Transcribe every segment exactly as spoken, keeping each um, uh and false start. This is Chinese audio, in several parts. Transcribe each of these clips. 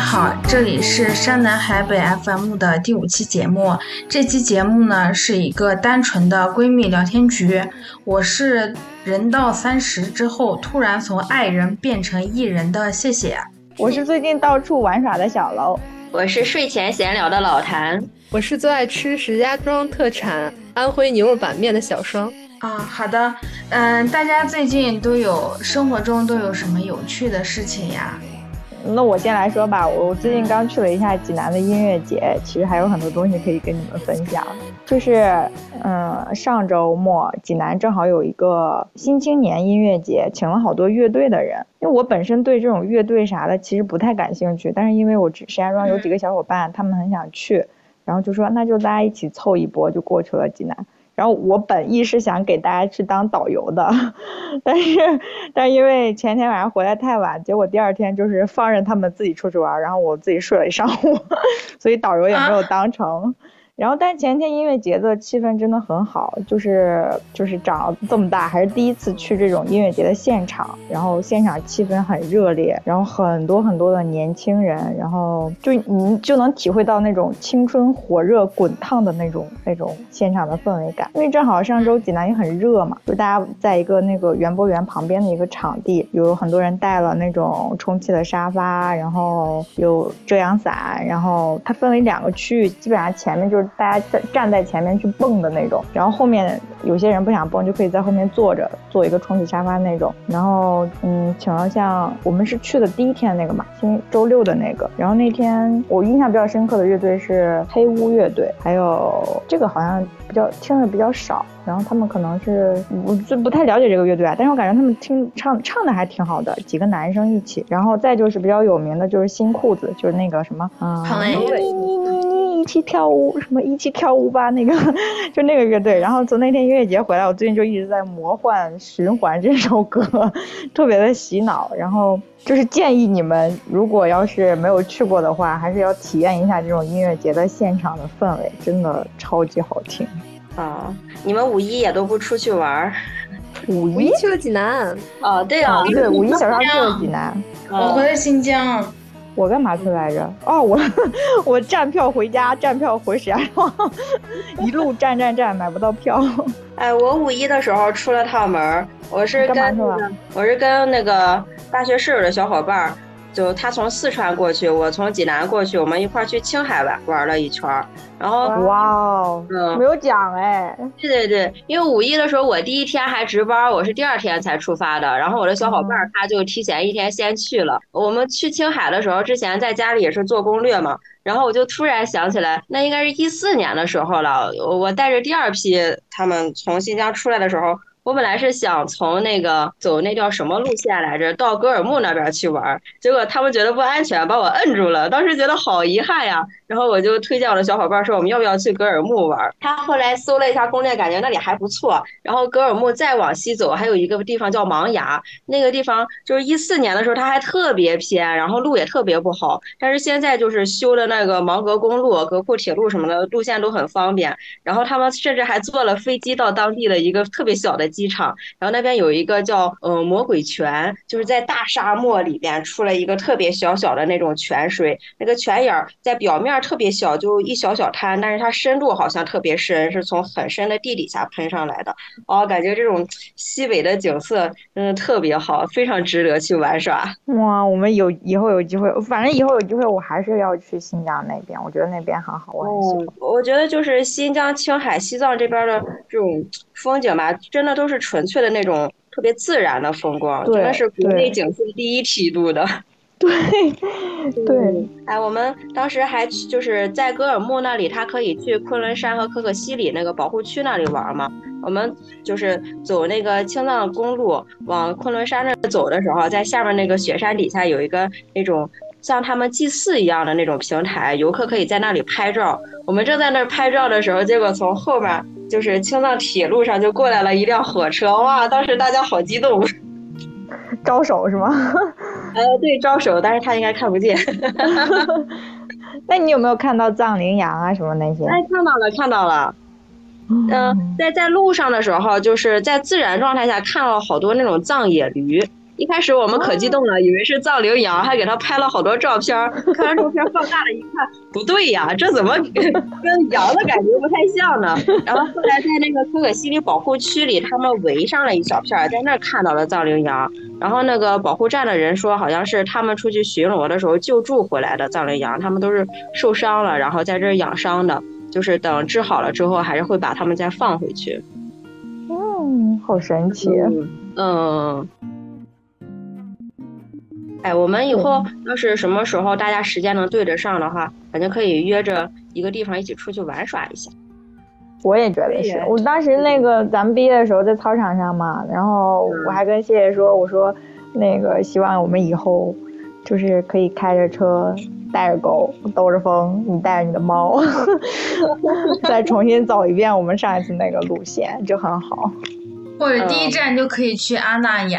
好，这里是山南海北 F M 的第五期节目。这期节目呢是一个单纯的闺蜜聊天局。我是人到三十之后突然从爱人变成艺人的谢谢。 我是最近到处玩耍的小楼。 我是睡前闲聊的老谭。 我是最爱吃石家庄特产安徽牛肉板面的小双。 啊，好的，嗯，大家最近都有生活中都有什么有趣的事情呀？ 那我先来说吧，我最近刚去了一下济南的音乐节，其实还有很多东西可以跟你们分享。就是，嗯，上周末济南正好有一个新青年音乐节，请了好多乐队的人。因为我本身对这种乐队啥的其实不太感兴趣，但是因为我石家庄有几个小伙伴，他们很想去，然后就说那就大家一起凑一波，就过去了济南。然后我本意是想给大家去当导游的，但是但是因为前天晚上回来太晚，结果第二天就是放任他们自己出去玩，然后我自己睡了一上午，所以导游也没有当成。然后但前天音乐节的气氛真的很好，就是就是长这么大还是第一次去这种音乐节的现场，然后现场气氛很热烈，然后很多很多的年轻人，然后就你就能体会到那种青春火热滚烫的那种那种现场的氛围感。因为正好上周济南也很热嘛，就大家在一个那个园博园旁边的一个场地，有很多人带了那种充气的沙发，然后有遮阳伞，然后它分为两个区域，基本上前面就是大家站在前面去蹦的那种，然后后面有些人不想蹦就可以在后面坐着做一个充气沙发那种。然后嗯，请了像我们是去的第一天那个嘛，星周六的那个，然后那天我印象比较深刻的乐队是黑屋乐队，还有这个好像比较听的比较少，然后他们可能是我就不太了解这个乐队啊，但是我感觉他们听唱唱的还挺好的，几个男生一起。然后再就是比较有名的就是新裤子，就是那个什么嗯，你你你一起跳舞什么一起跳舞吧那个就那个乐队。然后从那天音乐节回来，我最近就一直在魔幻循环这首歌，特别的洗脑。然后就是建议你们如果要是没有去过的话，还是要体验一下这种音乐节的现场的氛围，真的超级好听。 啊、哦，你们五一也都不出去玩？ 五一去了济南。 哦，对啊， 对，五一小双去了济南。 我回了新疆。 我干嘛去来着？哦，我我站票回家，站票回石家庄，一路站站站买不到票。 哎，我五一的时候出了趟门，我是跟我是跟那个大学室友的小伙伴，就他从四川过去，我从济南过去，我们一块去青海玩玩了一圈。然后哇哦，嗯，没有讲哎。 对对对，因为五一的时候我第一天还值班，我是第二天才出发的。然后我的小伙伴他就提前一天先去了。嗯、我们去青海的时候，之前在家里也是做攻略嘛，然后我就突然想起来，那应该是一四年的时候了。我带着第二批他们从新疆出来的时候。我本来是想从那个走那条什么路线来着，到格尔木那边去玩，结果他们觉得不安全，把我摁住了。当时觉得好遗憾呀，然后我就推荐我的小伙伴说我们要不要去格尔木玩。他后来搜了一下攻略，感觉那里还不错。然后格尔木再往西走，还有一个地方叫芒崖，那个地方就是一四年的时候它还特别偏，然后路也特别不好。但是现在就是修的那个芒格公路、格库铁路什么的，路线都很方便。然后他们甚至还坐了飞机到当地的一个特别小的机场，然后那边有一个叫呃魔鬼泉，就是在大沙漠里边出了一个特别小小的那种泉水，那个泉眼在表面特别小，就一小小滩，但是它深度好像特别深，是从很深的地底下喷上来的。哦，感觉这种西北的景色真的特别好，非常值得去玩耍。 哇，我们有以后有机会，反正以后有机会我还是要去新疆那边，我觉得那边很好，我很喜欢。 嗯、我觉得就是新疆、青海、西藏这边的这种风景吧，真的都是纯粹的那种特别自然的风光，真的是国内景色第一梯度的。 对对， 哎，我们当时还就是在格尔木那里，他可以去昆仑山和可可西里那个保护区那里玩嘛。我们就是走那个青藏公路往昆仑山那走的时候，在下面那个雪山底下有一个那种像他们祭祀一样的那种平台，游客可以在那里拍照。我们正在那儿拍照的时候，结果从后面就是青藏铁路上就过来了一辆火车，哇！当时大家好激动。 招手是吗？ 呃，对，招手，但是他应该看不见。 那你有没有看到藏羚羊啊什么那些？ 哎，看到了，看到了。嗯、呃，在在路上的时候，就是在自然状态下看到好多那种藏野驴， 一开始我们可激动了，以为是藏羚羊，还给他拍了好多照片。看完照片放大了一看，不对呀，这怎么跟羊的感觉不太像呢？然后后来在那个可可西里保护区里，他们围上了一小片，在那儿看到了藏羚羊。然后那个保护站的人说，好像是他们出去巡逻的时候救助回来的藏羚羊，他们都是受伤了，然后在这儿养伤的，就是等治好了之后，还是会把他们再放回去。 嗯，好神奇。 嗯。嗯哎，我们以后要是什么时候大家时间能对得上的话，感觉可以约着一个地方一起出去玩耍一下。 我也觉得是，我当时那个咱们毕业的时候在操场上嘛，然后我还跟谢谢说，我说那个希望我们以后就是可以开着车带着狗兜着风，你带着你的猫再重新走一遍我们上一次那个路线，就很好。 或者第一站就可以去阿那亚。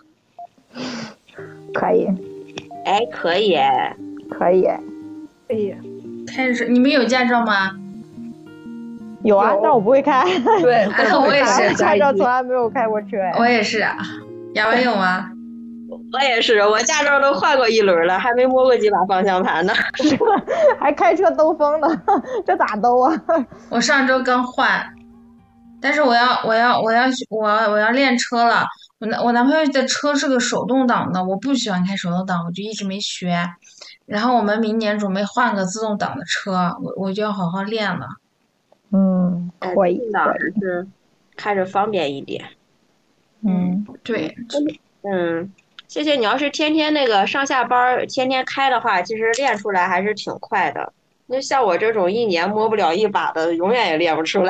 可以。 哎，可以哎， 可以可以。 开始，你们有驾照吗？ 有啊，但我不会开。 对， 我也是， 驾照从来没有开过车。 我也是。亚文有吗？ 我也是，我驾照都换过一轮了，还没摸过几把方向盘呢。 还开车兜风呢，这咋兜啊？ 我上周刚换，但是我要我要我要我要我要练车了。我男我男朋友的车是个手动挡的，我不喜欢开手动挡，我就一直没学。然后我们明年准备换个自动挡的车，我我就要好好练了。 嗯，可以。 自动挡是开着方便一点。 嗯， 对。 嗯，谢谢你要是天天那个上下班天天开的话，其实练出来还是挺快的。就像我这种一年摸不了一把的，永远也练不出来。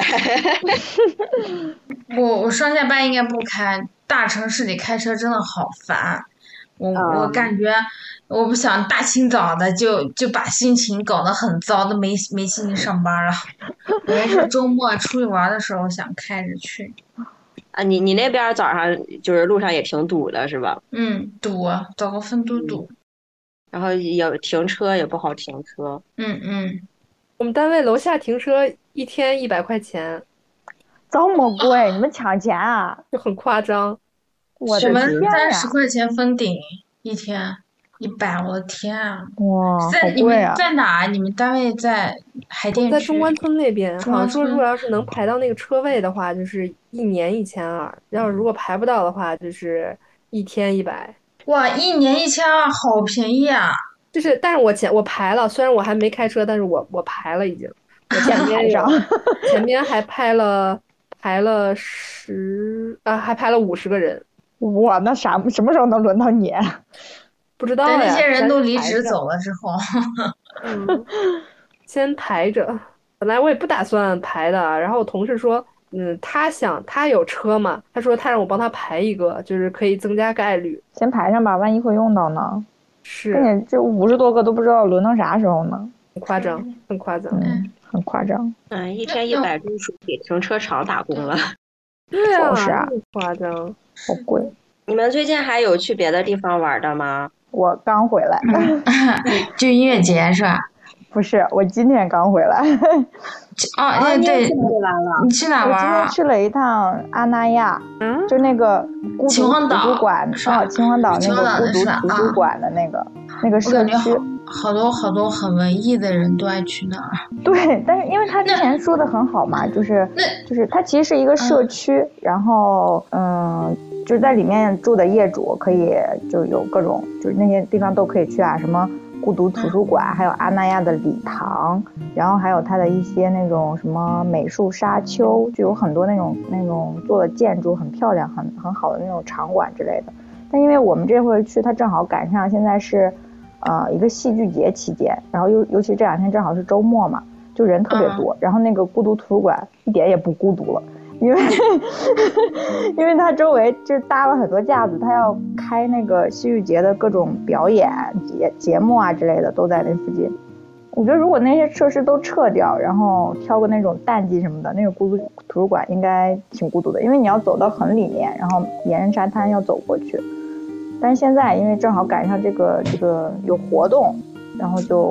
我我上下班应该不开，大城市里开车真的好烦。我、嗯、我感觉我不想大清早的就就把心情搞得很糟，都没没心情上班了。我也是周末出去玩的时候想开着去。 啊，你你那边早上就是路上也挺堵的是吧？ 嗯，堵，早高峰都堵。 然后也停车也不好停车。 嗯嗯。 我们单位楼下停车一天一百块钱。 这么贵、啊、你们抢钱啊？ 就很夸张。 我的天呀！ 我们三十块钱封顶一天一百，我的天啊！ 哇， 在、 好贵啊！ 你们在哪？你们单位在海淀区？ 在中关村那边。好像说如果要是能排到那个车位的话，就是一年一千二；要是如果排不到的话，就是一天一百。 哇，一年一千二，好便宜啊！ 就是，但是我前我排了，虽然我还没开车，但是我我排了已经。我前边上，前边还排了排了十啊，还排了五十个人。 哇，那啥什么时候能轮到你？ 不知道呀。 等那些人都离职走了之后。 嗯，先排着。本来我也不打算排的，然后我同事说，嗯，他想他有车嘛，他说他让我帮他排一个，就是可以增加概率。 先排上吧，万一会用到呢？ 是。 而且这五十多个都不知道轮到啥时候呢。 很夸张，很夸张。 嗯，很夸张。 嗯，一天一百就是给停车场打工了。 对啊， 就是啊， 夸张， 好贵。 你们最近还有去别的地方玩的吗？ 我刚回来。 就音乐节是吧？ 不是，我今天刚回来。 哦，对对，你去哪玩？ 我今天去了一趟阿那亚，嗯，就那个孤独图书馆，哦，秦皇岛那个孤独图书馆的那个、啊、那个社区。 好多好多很文艺的人都爱去那儿。 对，但是因为他之前说的很好嘛，就是就是它其实是一个社区，嗯、然后嗯，就是在里面住的业主可以就有各种，就是那些地方都可以去啊，什么孤独图书馆，还有阿那亚的礼堂，然后还有它的一些那种什么美术沙丘，就有很多那种那种做的建筑很漂亮、很很好的那种场馆之类的。但因为我们这回去，它正好赶上现在是。呃，一个戏剧节期间，然后尤尤其这两天正好是周末嘛，就人特别多。嗯、然后那个孤独图书馆一点也不孤独了，因为因为它周围就是搭了很多架子，它要开那个戏剧节的各种表演节节目啊之类的都在那附近。我觉得如果那些设施都撤掉，然后挑个那种淡季什么的，那个孤独图书馆应该挺孤独的，因为你要走到很里面，然后沿着沙滩要走过去。但是现在因为正好赶上这个这个有活动，然后就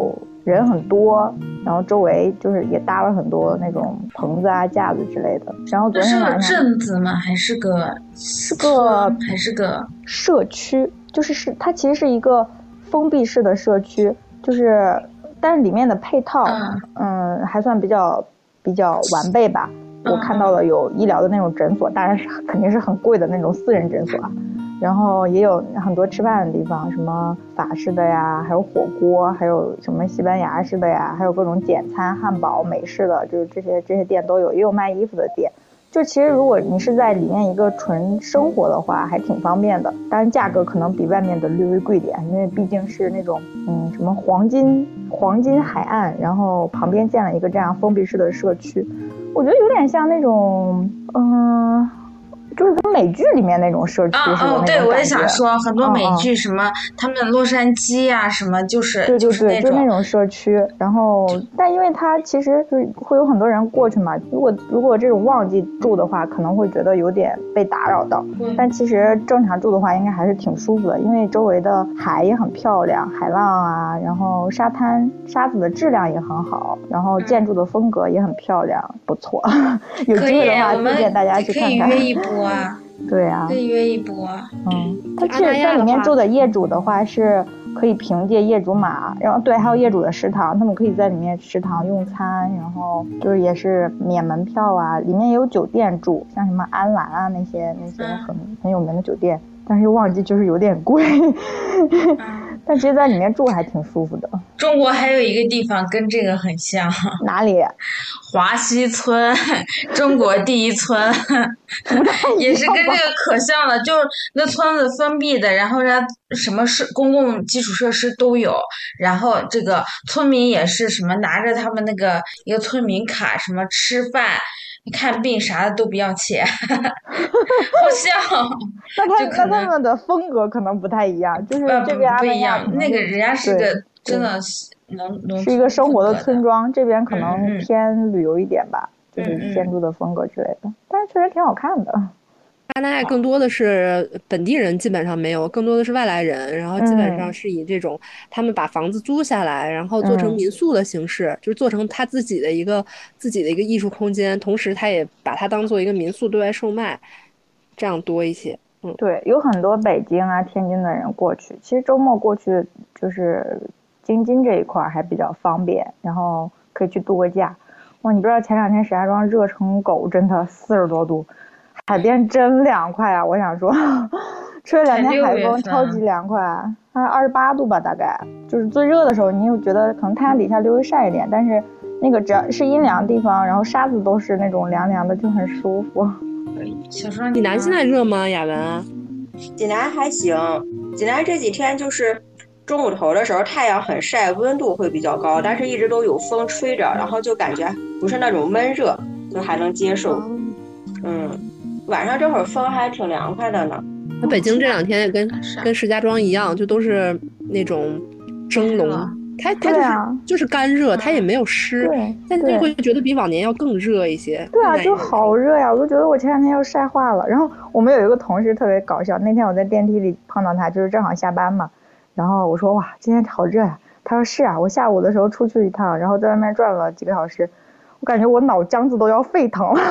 人很多，然后周围就是也搭了很多那种棚子啊架子之类的。然后昨天晚上是个镇子吗？还是个是个还是个社区？就是是它其实是一个封闭式的社区，就是但是里面的配套嗯, 嗯还算比较比较完备吧。我看到了有医疗的那种诊所，当然是肯定是很贵的那种私人诊所啊。然后也有很多吃饭的地方，什么法式的呀，还有火锅，还有什么西班牙式的呀，还有各种简餐、汉堡、美式的，就是这些这些店都有，也有卖衣服的店。就其实如果你是在里面一个纯生活的话，还挺方便的。当然价格可能比外面的略微贵点，因为毕竟是那种嗯什么黄金黄金海岸，然后旁边建了一个这样封闭式的社区，我觉得有点像那种嗯。呃就是跟美剧里面那种社区似的那种感觉。 哦哦，对，我也想说，很多美剧什么，嗯、他们洛杉矶呀、啊、什么，就是对对对， 就是那种就那种社区。然后，但因为它其实就是会有很多人过去嘛，如果如果这种旺季住的话，可能会觉得有点被打扰到。 嗯、 但其实正常住的话，应该还是挺舒服的，因为周围的海也很漂亮，海浪啊，然后沙滩沙子的质量也很好，然后建筑的风格也很漂亮，嗯、不错。有机会的话，推荐大家去看看。 可以约一波啊。 对啊， 可以约一波。 嗯，它是在里面住的业主的话是可以凭借业主码，然后对，还有业主的食堂，他们可以在里面食堂用餐，然后就是也是免门票啊。里面也有酒店住，像什么安澜啊那些那些很、嗯、很有名的酒店，但是又忘记就是有点贵。嗯、但其实在里面住还挺舒服的。 中国还有一个地方跟这个很像， 哪里？ 华西村，中国第一村，也是跟这个可像了，就是那村子封闭的，然后人家什么设公共基础设施都有，然后这个村民也是什么拿着他们那个一个村民卡，什么吃饭、看病啥的都不要钱，好像。 那他那他们的风格可能不太一样，就是这边不不一样，那个人家是个真的农农是一个生活的村庄，这边可嗯能偏旅游一点吧， 嗯、 就是建筑的风格之类的，嗯、但是确实挺好看的。 加拿大更多的是本地人，基本上没有，更多的是外来人，然后基本上是以这种、嗯、他们把房子租下来，然后做成民宿的形式，嗯、就是做成他自己的一个自己的一个艺术空间，同时他也把它当做一个民宿对外售卖，这样多一些。嗯， 对，有很多北京啊、天津的人过去，其实周末过去就是京津这一块还比较方便，然后可以去度个假。哇，你不知道前两天石家庄热成狗，真的四十多度，海边真凉快啊！我想说，吹了两天海风，超级凉快，还二十八度吧，大概就是最热的时候，你又觉得可能太阳底下略微晒一点，但是那个只要是阴凉的地方，然后沙子都是那种凉凉的，就很舒服。 小双， 济南现在热吗？雅文？ 济南还行，济南这几天就是中午头的时候太阳很晒，温度会比较高，但是一直都有风吹着，然后就感觉不是那种闷热，就还能接受。嗯，晚上这会儿风还挺凉快的呢。 那北京这两天也跟跟石家庄一样，就都是那种蒸笼，它它就是、啊、就是干热，它也没有湿，但是会觉得比往年要更热一些。 对啊，就好热呀！我都觉得我前两天要晒化了。然后我们有一个同事特别搞笑，那天我在电梯里碰到他，就是正好下班嘛。然后我说哇，今天好热呀！他说是啊，我下午的时候出去一趟，然后在外面转了几个小时，我感觉我脑浆子都要沸腾了。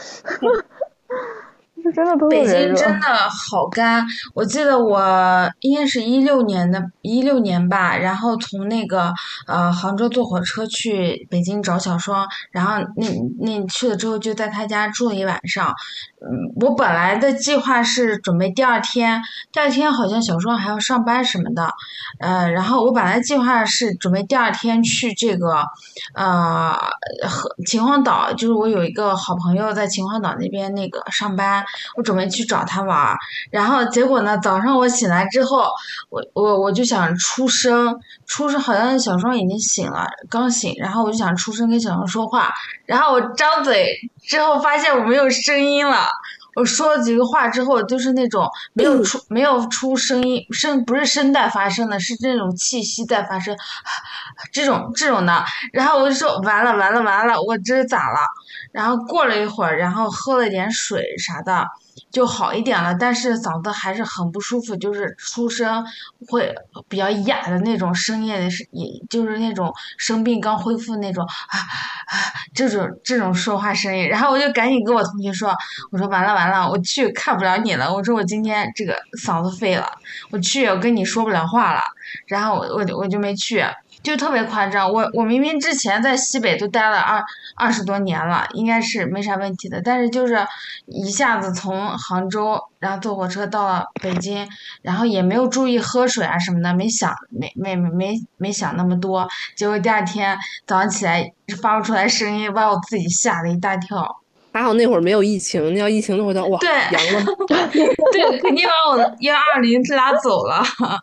就真的特别热。 北京真的好干，我记得我应该是一六年的，一六年吧，然后从那个呃杭州坐火车去北京找小双，然后那那去了之后就在他家住了一晚上。嗯，我本来的计划是准备第二天，第二天好像小双还要上班什么的，呃，然后我本来计划是准备第二天去这个呃和秦皇岛，就是我有一个好朋友在秦皇岛那边那个上班。我准备去找他玩，然后结果呢，早上我醒来之后，我我我就想出声，出声好像小双已经醒了，刚醒，然后我就想出声跟小双说话，然后我张嘴之后发现我没有声音了。我说了几个话之后，就是那种没有出、嗯、没有出声音，声不是声带发声的，是这种气息在发生，这种这种的。然后我就说完了完了完了，我这是咋了？然后过了一会儿，然后喝了点水啥的， 就好一点了，但是嗓子还是很不舒服，就是出声会比较哑的那种声音，也就是那种生病刚恢复那种啊啊这种这种说话声音。然后我就赶紧跟我同学说，我说完了完了，我去看不了你了，我说我今天这个嗓子废了，我去我跟你说不了话了。然后我我我就没去。就特别夸张，我我明明之前在西北都待了二二十多年了，应该是没啥问题的，但是就是一下子从杭州，然后坐火车到了北京，然后也没有注意喝水啊什么的，没想没没没没没想那么多，结果第二天早上起来发不出来声音，把我自己吓了一大跳。 还好那会儿没有疫情，你要疫情的话就哇， 对， 阳了， 对，肯定把我幺二零拉走了。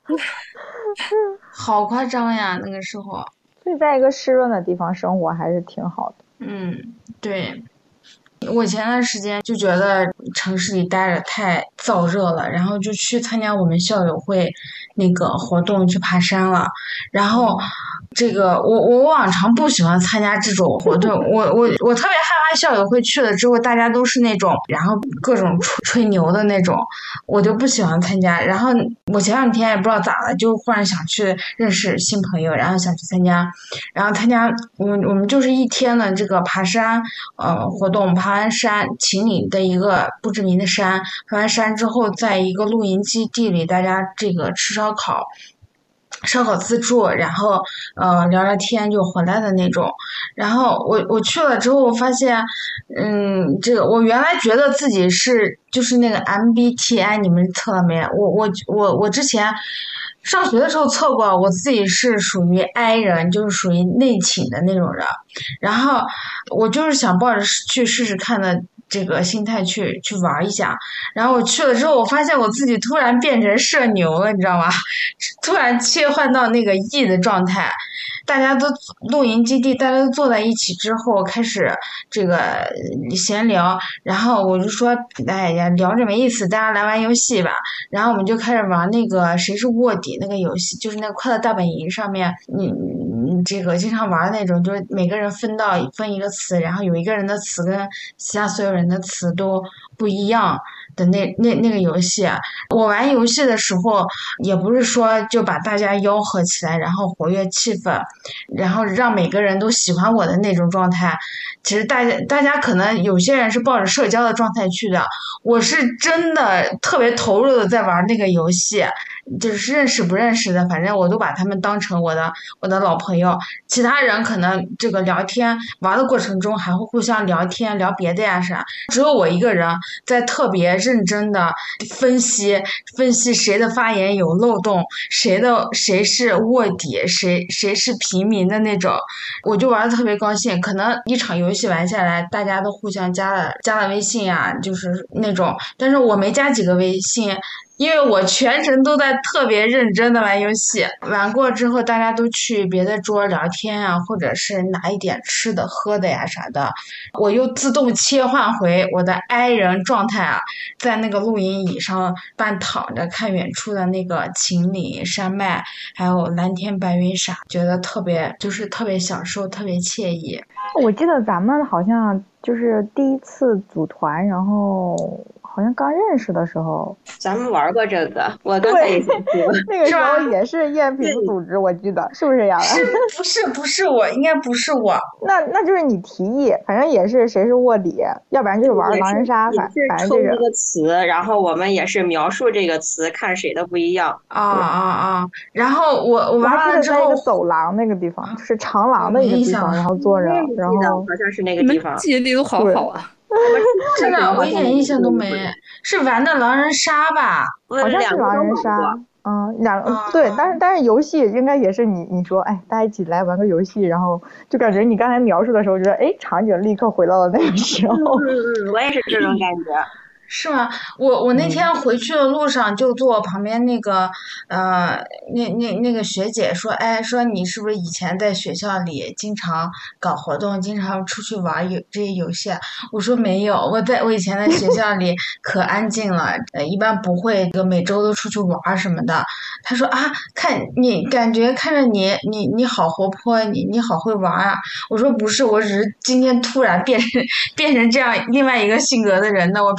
好夸张呀，那个时候。 所以在一个湿润的地方生活还是挺好的。 嗯，对。我前段时间就觉得城市里待着太燥热了，然后就去参加我们校友会那个活动，去爬山了。然后这个我我往常不喜欢参加这种活动，我我我特别害怕校友会去了之后大家都是那种然后各种吹吹牛的那种，我就不喜欢参加。然后我前两天也不知道咋了，就忽然想去认识新朋友，然后想去参加，然后参加我们我们就是一天的这个爬山呃活动，爬完山秦岭的一个不知名的山，爬完山之后在一个露营基地里大家这个吃烧烤，烧烤自助，然后呃聊聊天就回来的那种。然后我我去了之后，我发现，嗯，这个我原来觉得自己是就是那个 M B T I， 你们测了没？我我我我之前上学的时候测过，我自己是属于 I 人，就是属于内倾的那种人。然后我就是想抱着去试试看的这个心态去去玩一下，然后我去了之后，我发现我自己突然变成社牛了，你知道吗？突然切换到那个 E 的状态，大家都露营基地，大家都坐在一起之后开始这个闲聊，然后我就说，哎呀，聊着没意思，大家来玩游戏吧。然后我们就开始玩那个谁是卧底那个游戏，就是那个快乐大本营上面，你你这个经常玩的那种，就是每个人分到分一个词，然后有一个人的词跟其他所有人的词都不一样的那那那个游戏。我玩游戏的时候也不是说就把大家吆喝起来，然后活跃气氛，然后让每个人都喜欢我的那种状态。其实大家大家可能有些人是抱着社交的状态去的，我是真的特别投入的在玩那个游戏，就是认识不认识的，反正我都把他们当成我的我的老朋友。其他人可能这个聊天玩的过程中还会互相聊天聊别的呀啥，只有我一个人在特别认真的分析分析谁的发言有漏洞，谁的谁是卧底，谁谁是平民的那种，我就玩的特别高兴。可能一场游戏玩下来，大家都互相加了加了微信啊，就是那种，但是我没加几个微信。因为我全程都在特别认真的玩游戏，玩过之后大家都去别的桌聊天啊，或者是拿一点吃的喝的呀啥的，我又自动切换回我的 I 人状态啊，在那个露营椅上半躺着看远处的那个秦岭山脉还有蓝天白云啥，觉得特别就是特别享受，特别惬意。 我记得咱们好像就是第一次组团，然后好像刚认识的时候， 咱们玩过这个，我刚才也想说， 那个时候也是燕平组织，我记得是不是呀？ 是不是不是我，应该不是我。 那那就是你提议，反正也是谁是卧底，要不然就是玩狼人杀，反反正这个。抽一个词，然后我们也是描述这个词，看谁的不一样。 啊啊啊！然后我我玩完了之后， 在一个走廊那个地方，就是长廊的一个地方，然后坐着，然后好像是那个地方。 记忆力都好好啊。 真的，我一点印象都没。是玩的狼人杀吧？ 好像是狼人杀。嗯，两个、嗯、对，但是但是游戏应该也是你你说，哎，大家一起来玩个游戏，然后就感觉你刚才描述的时候，觉得哎，场景立刻回到了那个时候。 嗯嗯，我也是这种感觉。 是吗？我我那天回去的路上就坐我旁边那个呃那那那个学姐说，哎，说你是不是以前在学校里经常搞活动，经常出去玩有这些游戏？我说没有，我在我以前在学校里可安静了，呃，一般不会个每周都出去玩什么的。她说啊，看你感觉看着你你你好活泼，你你好会玩啊。我说不是，我只是今天突然变成变成这样另外一个性格的人的，我平常不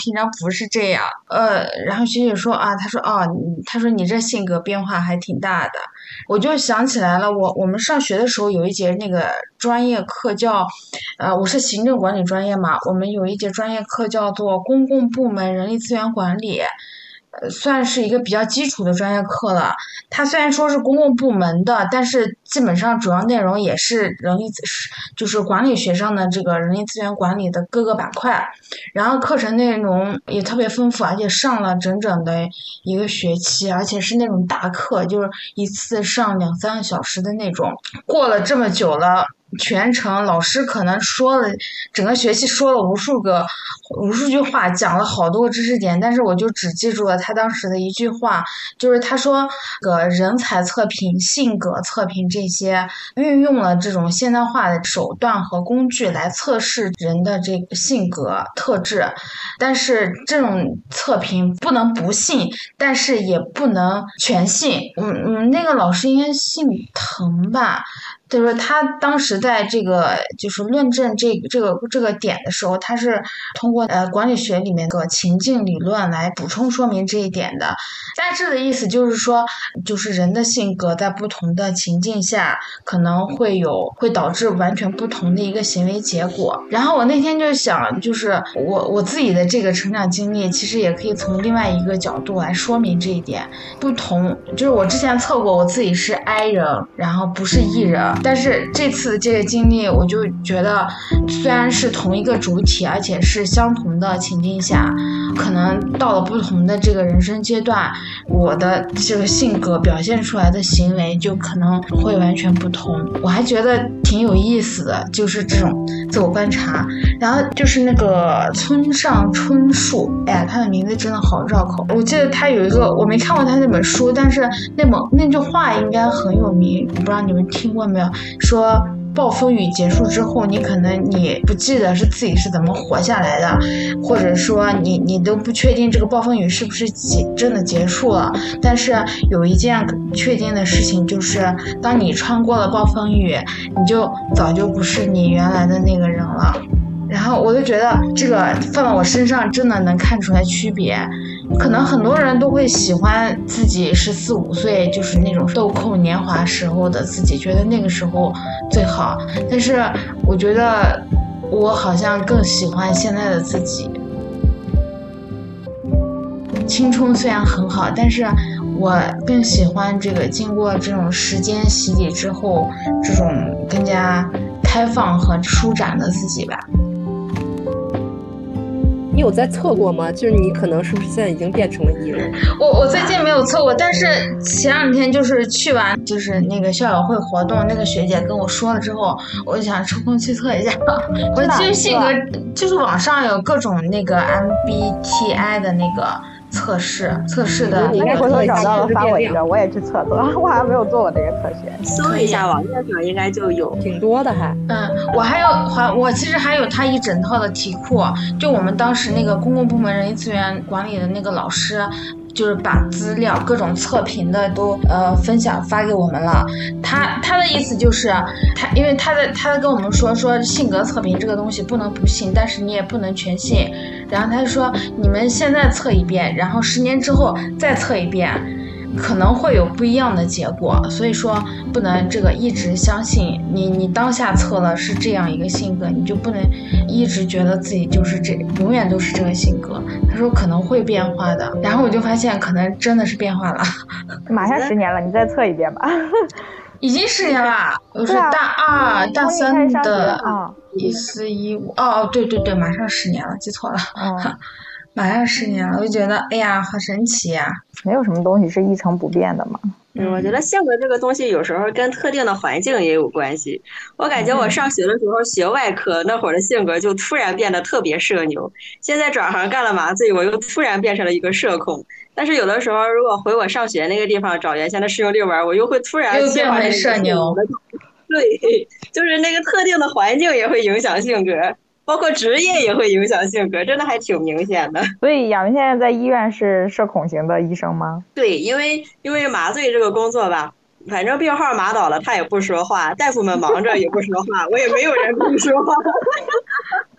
服是这样。呃，然后学姐说啊，她说哦，她说你这性格变化还挺大的。我就想起来了，我我们上学的时候有一节那个专业课叫，呃，我是行政管理专业嘛，我们有一节专业课叫做公共部门人力资源管理。呃，算是一个比较基础的专业课了。它虽然说是公共部门的，但是基本上主要内容也是人力资，就是管理学上的这个人力资源管理的各个板块。然后课程内容也特别丰富，而且上了整整的一个学期，而且是那种大课，就是一次上两三个小时的那种。过了这么久了。全程老师可能说了整个学期说了无数个无数句话，讲了好多个知识点，但是我就只记住了他当时的一句话，就是他说个人才测评、性格测评这些运用了这种现代化的手段和工具来测试人的这个性格特质，但是这种测评不能不信，但是也不能全信。嗯嗯，那个老师应该姓滕吧。就是他当时在这个就是论证这个这个这个点的时候，他是通过呃管理学里面的情境理论来补充说明这一点的。大致的意思就是说，就是人的性格在不同的情境下可能会有会导致完全不同的一个行为结果。然后我那天就想，就是我我自己的这个成长经历，其实也可以从另外一个角度来说明这一点。不同就是我之前测过，我自己是 I 人，然后不是 E 人。但是这次这个经历，我就觉得虽然是同一个主体，而且是相同的情境下，可能到了不同的这个人生阶段，我的这个性格表现出来的行为就可能会完全不同。我还觉得挺有意思的，就是这种自我观察。然后就是那个村上春树，哎呀，他的名字真的好绕口。我记得他有一个，我没看过他那本书，但是那本那句话应该很有名，我不知道你们听过没有，说暴风雨结束之后，你可能你不记得是自己是怎么活下来的，或者说你你都不确定这个暴风雨是不是真的结束了，但是有一件确定的事情，就是当你穿过了暴风雨，你就早就不是你原来的那个人了。然后我就觉得这个放到我身上真的能看出来区别。可能很多人都会喜欢自己十四五岁，就是那种豆蔻年华时候的自己，觉得那个时候最好。但是我觉得我好像更喜欢现在的自己。青春虽然很好，但是我更喜欢这个经过这种时间洗礼之后，这种更加开放和舒展的自己吧。 你有在测过吗？就是你可能是不是现在已经变成了艺人？ 我我最近没有测过，但是前两天就是去完就是那个校友会活动，那个学姐跟我说了之后，我就想抽空去测一下。我其实性格就是网上有各种那个 M B T I 的那个测试测试的， 你应该回头找到了发我一个，我也去测测，我还没有做过这个测试。 搜一下网页上应该就有， 挺多的还。 嗯，我还有还我其实还有他一整套的题库，就我们当时那个公共部门人力资源管理的那个老师。就是把资料各种测评的都呃分享发给我们了。他他的意思就是他因为他的他跟我们说说性格测评这个东西不能不信，但是你也不能全信。然后他就说你们现在测一遍，然后十年之后再测一遍，可能会有不一样的结果，所以说不能这个一直相信你你当下测了是这样一个性格，你就不能一直觉得自己就是这永远都是这个性格。他说可能会变化的，然后我就发现可能真的是变化了。 马上十年了，你再测一遍吧。 已经十年了，我是大二、啊、大三的一四一五哦，对对对，马上十年了，记错了。嗯马上十年了，我就觉得哎呀好神奇呀、啊！ 没有什么东西是一成不变的嘛。 嗯，我觉得性格这个东西有时候跟特定的环境也有关系。我感觉我上学的时候学外科那会儿的性格就突然变得特别社牛，现在转行干了麻醉，我又突然变成了一个社恐。但是有的时候如果回我上学那个地方找原先的师兄弟玩，我又会突然又变回社牛。 对，就是那个特定的环境也会影响性格。包括职业也会影响性格，真的还挺明显的。 所以亚文现在在医院是社恐型的医生吗？ 对，因为因为麻醉这个工作吧，反正病号麻倒了他也不说话，大夫们忙着也不说话，我也没有人跟你说话。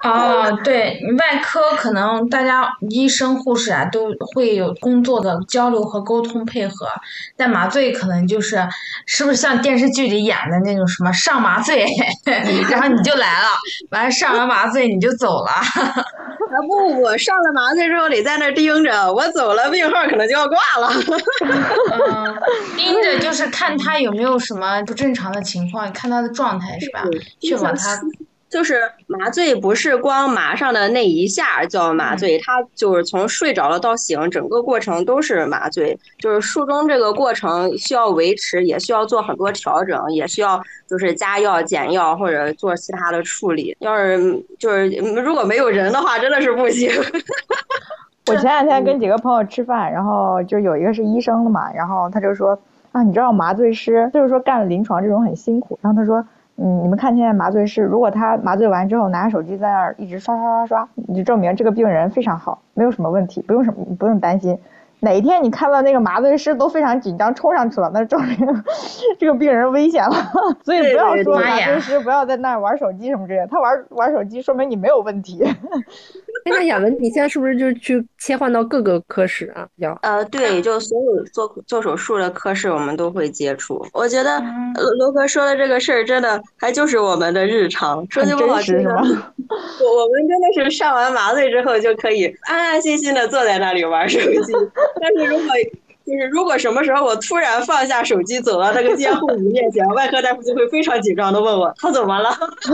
哦，对，外科可能大家医生护士啊都会有工作的交流和沟通配合，但麻醉可能就是是不是像电视剧里演的那种什么上麻醉，然后你就来了，完了上完麻醉你就走了。 啊不不，我上了麻醉之后得在那儿盯着，我走了病号可能就要挂了。 嗯，盯着就是看他有没有什么不正常的情况，看他的状态是吧？确保他。 就是麻醉不是光麻上的那一下叫麻醉，它就是从睡着了到醒，整个过程都是麻醉。就是术中这个过程需要维持，也需要做很多调整，也需要就是加药、减药或者做其他的处理。要是就是如果没有人的话，真的是不行。 我前两天跟几个朋友吃饭，然后就有一个是医生的嘛，然后他就说啊，你知道麻醉师就是说干了临床这种很辛苦，然后他说。嗯，你们看现在麻醉师，如果他麻醉完之后拿着手机在那儿一直刷刷刷刷，你就证明这个病人非常好，没有什么问题，不用什么不用担心。哪一天你看到那个麻醉师都非常紧张冲上去了，那证明这个病人危险了。所以不要说麻醉师不要在那儿玩手机什么之类的，他玩玩手机说明你没有问题。 那雅文，你现在是不是就去切换到各个科室啊？要呃，对，就所有做做手术的科室我们都会接触。我觉得罗哥说的这个事儿真的还就是我们的日常。说句不好听的，我我们真的是上完麻醉之后就可以安安心心的坐在那里玩手机。但是如果就是如果什么时候我突然放下手机走到那个监护仪面前，外科大夫就会非常紧张的问我他怎么了。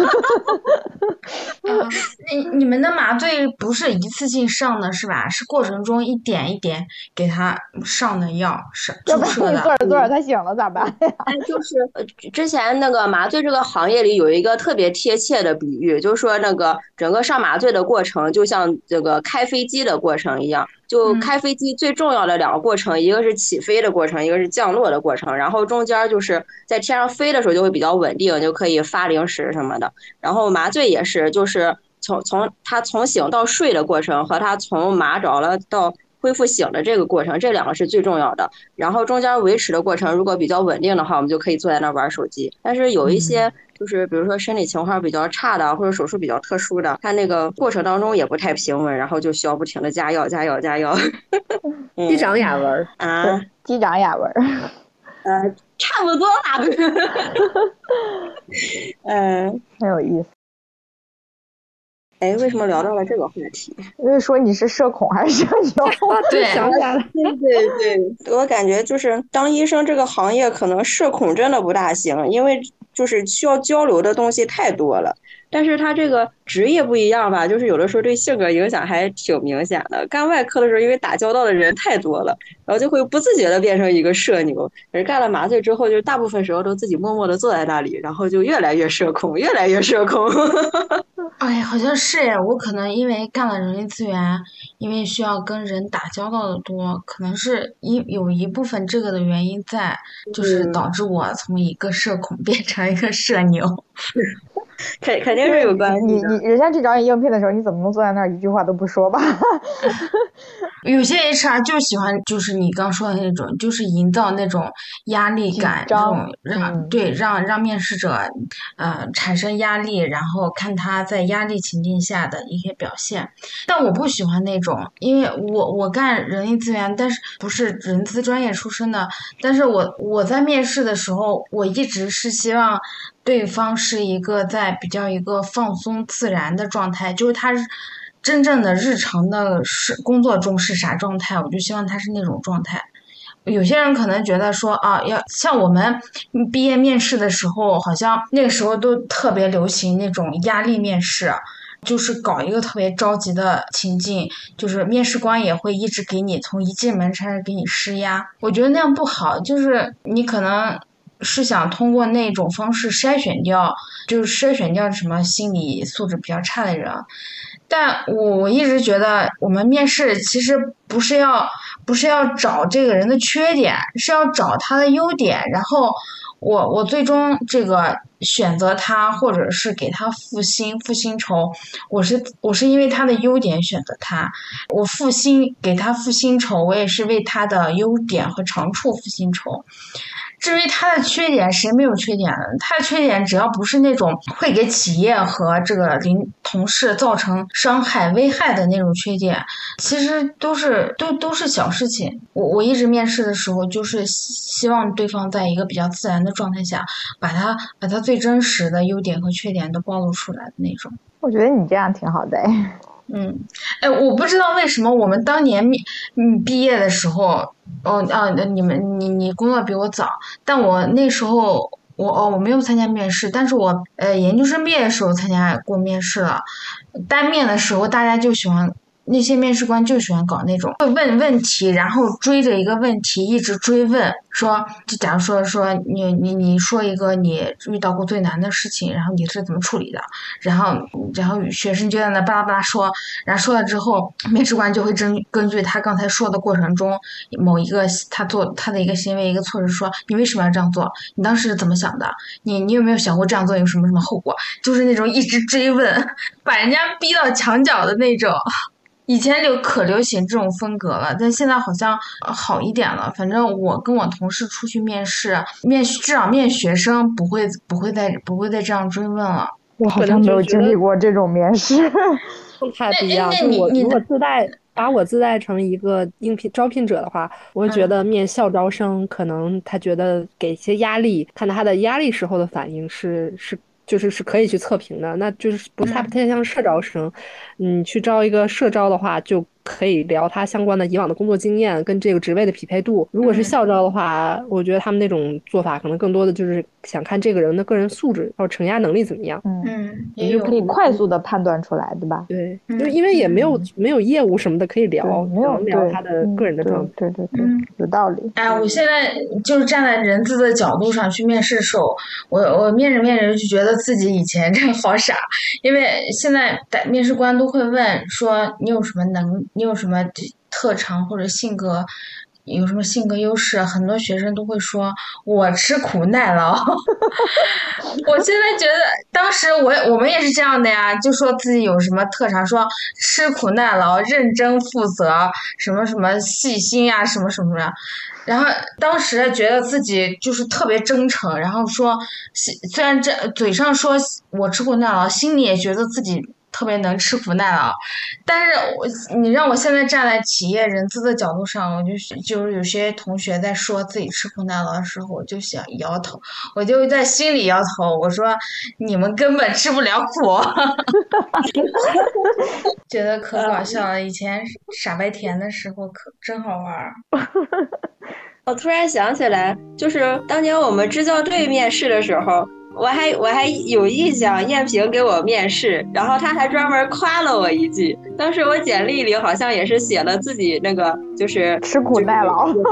啊，你你们的麻醉不是一次性上的是吧？是过程中一点一点给他上的药，是注射的。 坐着坐着他醒了咋办呀？ 哎，就是呃，之前那个麻醉这个行业里有一个特别贴切的比喻，就是说那个整个上麻醉的过程就像这个开飞机的过程一样。就开飞机最重要的两个过程，一个是起飞的过程，一个是降落的过程，然后中间就是在天上飞的时候就会比较稳定，就可以发零食什么的。然后麻醉也是，就是从从他从醒到睡的过程和他从麻着了到恢复醒的这个过程，这两个是最重要的。然后中间维持的过程如果比较稳定的话，我们就可以坐在那玩手机。但是有一些就是比如说身体情况比较差的或者手术比较特殊的，他那个过程当中也不太平稳，然后就需要不停的加药加药加药。 机长雅文啊， 机长雅文， 呃，差不多吧。嗯， 很有意思。 哎，为什么聊到了这个话题？ 因为说你是社恐还是社牛？ 对， 想起来了。 对对对，我感觉就是当医生这个行业，可能社恐真的不大行，因为就是需要交流的东西太多了。但是他这个职业不一样吧，就是有的时候对性格影响还挺明显的。干外科的时候，因为打交道的人太多了，然后就会不自觉的变成一个社牛。而干了麻醉之后，就大部分时候都自己默默的坐在那里，然后就越来越社恐，越来越社恐。 哎，好像是哎，我可能因为干了人力资源，因为需要跟人打交道的多，可能是一有一部分这个的原因在，就是导致我从一个社恐变成一个社牛。 肯肯定是有关系的。 你你人家去找你应聘的时候，你怎么能坐在那儿一句话都不说吧？ 有些 H R 就喜欢，就是你刚说的那种，就是营造那种压力感，这种让、嗯、对让让面试者呃产生压力，然后看他在压力情境下的一些表现。但我不喜欢那种，因为我我干人力资源，但是不是人资专业出身的，但是我我在面试的时候，我一直是希望对方是一个在比较一个放松自然的状态，就是他真正的日常的是工作中是啥状态，我就希望他是那种状态。有些人可能觉得说啊，要像我们毕业面试的时候，好像那个时候都特别流行那种压力面试，就是搞一个特别着急的情境，就是面试官也会一直给你从一进门开始给你施压。我觉得那样不好，就是你可能是想通过那种方式筛选掉，就是筛选掉什么心理素质比较差的人。但我我一直觉得我们面试其实不是要不是要找这个人的缺点，是要找他的优点，然后我我最终这个选择他或者是给他付薪付薪酬，我是我是因为他的优点选择他，我付薪给他付薪酬，我也是为他的优点和长处付薪酬。 至于他的缺点，谁没有缺点呢？他的缺点只要不是那种会给企业和这个邻同事造成伤害、危害的那种缺点，其实都是都都是小事情。我我一直面试的时候，就是希望对方在一个比较自然的状态下，把他把他最真实的优点和缺点都暴露出来的那种。 我觉得你这样挺好的哎。 嗯，哎，我不知道为什么我们当年嗯毕业的时候，哦啊，你们你你工作比我早，但我那时候我哦我没有参加面试，但是我呃研究生毕业的时候参加过面试了。单面的时候大家就喜欢。那些面试官就喜欢搞那种会问问题，然后追着一个问题一直追问，说就假如说说你你你说一个你遇到过最难的事情，然后你是怎么处理的，然后然后学生就在那巴拉巴拉说，然后说了之后，面试官就会根根据他刚才说的过程中某一个他做他的一个行为一个措施说你为什么要这样做，你当时是怎么想的，你你有没有想过这样做有什么什么后果，就是那种一直追问，把人家逼到墙角的那种。以前就可流行这种风格了，但现在好像好一点了。反正我跟我同事出去面试，面至少面学生不会不会再不会再这样追问了。 我好像没有经历过这种面试， 不太不一样。就我如果自带把我自带成一个应聘招聘者的话，我会觉得面校招生可能他觉得给一些压力，看他的压力时候的反应是是。就是是可以去测评的，那就是不太不太像社招生，嗯，去招一个社招的话，就可以聊他相关的以往的工作经验跟这个职位的匹配度。如果是校招的话，我觉得他们那种做法可能更多的就是想看这个人的个人素质或者承压能力怎么样。 嗯， 也就可以快速的判断出来，对吧？ 对，因为因为也没有没有业务什么的可以聊， 没有聊他的个人的状态。 对对对，有道理。 哎，我现在就是站在人资的角度上去面试的时候，我我面着面着就觉得自己以前真的好傻，因为现在面试官都会问说你有什么能，你有什么特长或者性格。有什么性格优势，很多学生都会说我吃苦耐劳。我现在觉得当时我我们也是这样的呀，就说自己有什么特长，说吃苦耐劳、认真负责，什么什么细心啊，什么什么的。然后当时觉得自己就是特别真诚，然后说虽然这嘴上说我吃苦耐劳，心里也觉得自己特别能吃苦耐劳，但是我你让我现在站在企业人资的角度上，我就就是有些同学在说自己吃苦耐劳的时候，我就想摇头，我就在心里摇头，我说你们根本吃不了苦。觉得可搞笑了，以前傻白甜的时候可真好玩。 我突然想起来，就是当年我们支教队面试的时候，我还我还有印象，燕平给我面试，然后他还专门夸了我一句。当时我简历里好像也是写了自己那个就是吃苦耐劳， 没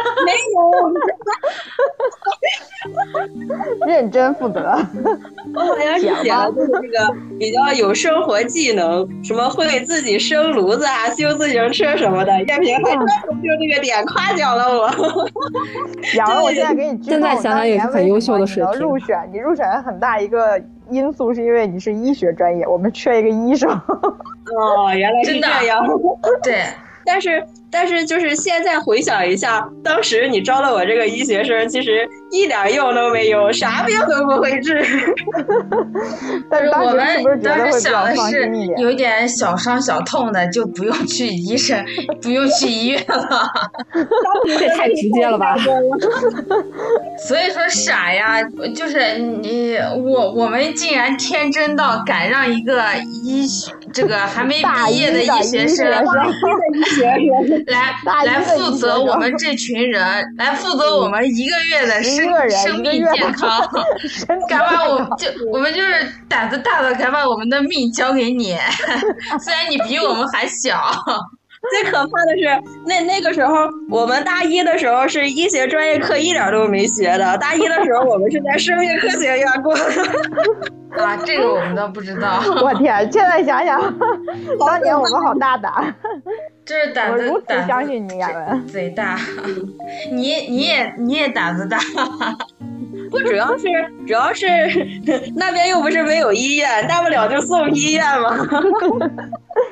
有，认真负责。 我好像是写了就是这个比较有生活技能，什么会自己生炉子啊、修自行车什么的。燕平还专门就这个点夸奖了我。 然后我现在给你现在想想也是很优秀的水平。 入选，你入选很大一个因素是因为你是医学专业，我们缺一个医生。 哦，原来是这样。 对。 但是但是就是现在回想一下，当时你招了我这个医学生，其实一点用都没有，啥病都不会治。 但是我们当时想的是有点小伤小痛的就不用去医生，不用去医院了。 这太直接了吧？ 所以说傻呀，就是你我我们竟然天真到敢让一个医这个还没毕业的医学生来来负责我们这群人，来负责我们一个月的生生命健康，敢把我就我们就是胆子大的，敢把我们的命交给你，虽然你比我们还小。 最可怕的是，那那个时候我们大一的时候是医学专业课一点都没学的，大一的时候我们是在生命科学院过的。 啊，这个我们倒不知道。 我天，现在想想，当年我们好大胆。 这是胆子， 我如此相信你，亚文。 贼大，你你也你也胆子大。 不，主要是主要是那边又不是没有医院，大不了就送医院嘛。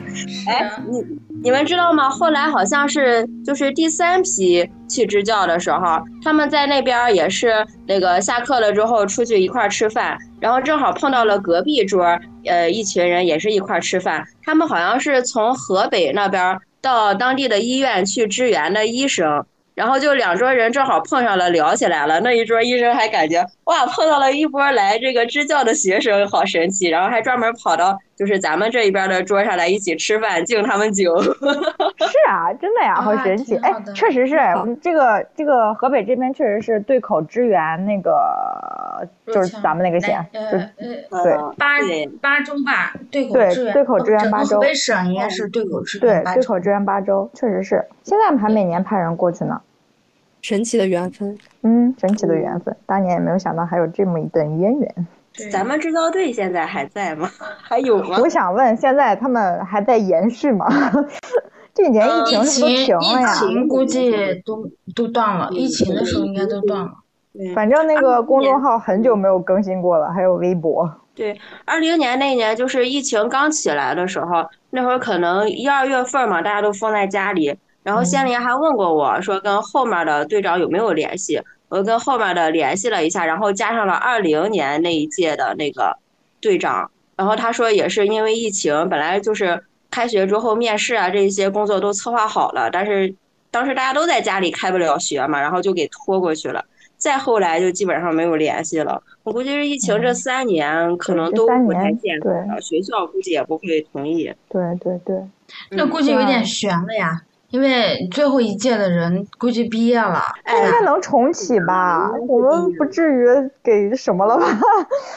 哎，你你们知道吗？后来好像是就是第三批去支教的时候，他们在那边也是那个下课了之后出去一块儿吃饭，然后正好碰到了隔壁桌，呃，一群人也是一块儿吃饭。他们好像是从河北那边到当地的医院去支援的医生。然后就两桌人正好碰上了，聊起来了。那一桌医生还感觉哇，碰到了一波来这个支教的学生，好神奇。然后还专门跑到就是咱们这一边的桌上来一起吃饭，敬他们酒。 是啊，真的呀，好神奇。哎，确实是，这个这个河北这边确实是对口支援那个，就是咱们那个县， 呃呃对巴巴州吧，对口支援， 对对口支援巴州。 河北省应该是对口支援巴州。 对对口支援巴州，确实是。现在还每年派人过去呢。 神奇的缘分， 嗯，神奇的缘分，当年也没有想到还有这么一段渊源。 咱们支教队现在还在吗？还有吗？ 我想问，现在他们还在延续吗？这几年疫情是不是都停了呀？ 疫情估计都都断了，疫情的时候应该都断了。 反正那个公众号很久没有更新过了，还有微博。 对，二零年那年就是疫情刚起来的时候，那会儿可能一二月份嘛，大家都封在家里。然后仙林还问过我说跟后面的队长有没有联系，我跟后面的联系了一下，然后加上了二零年那一届的那个队长，然后他说也是因为疫情，本来就是开学之后面试啊这些工作都策划好了，但是当时大家都在家里开不了学嘛，然后就给拖过去了，再后来就基本上没有联系了。我估计是疫情这三年可能都不太健康了，学校估计也不会同意。 对对对， 那估计有点悬了呀。因为最后一届的人估计毕业了， 应该能重启吧？哎、我们不至于给什么了吧？不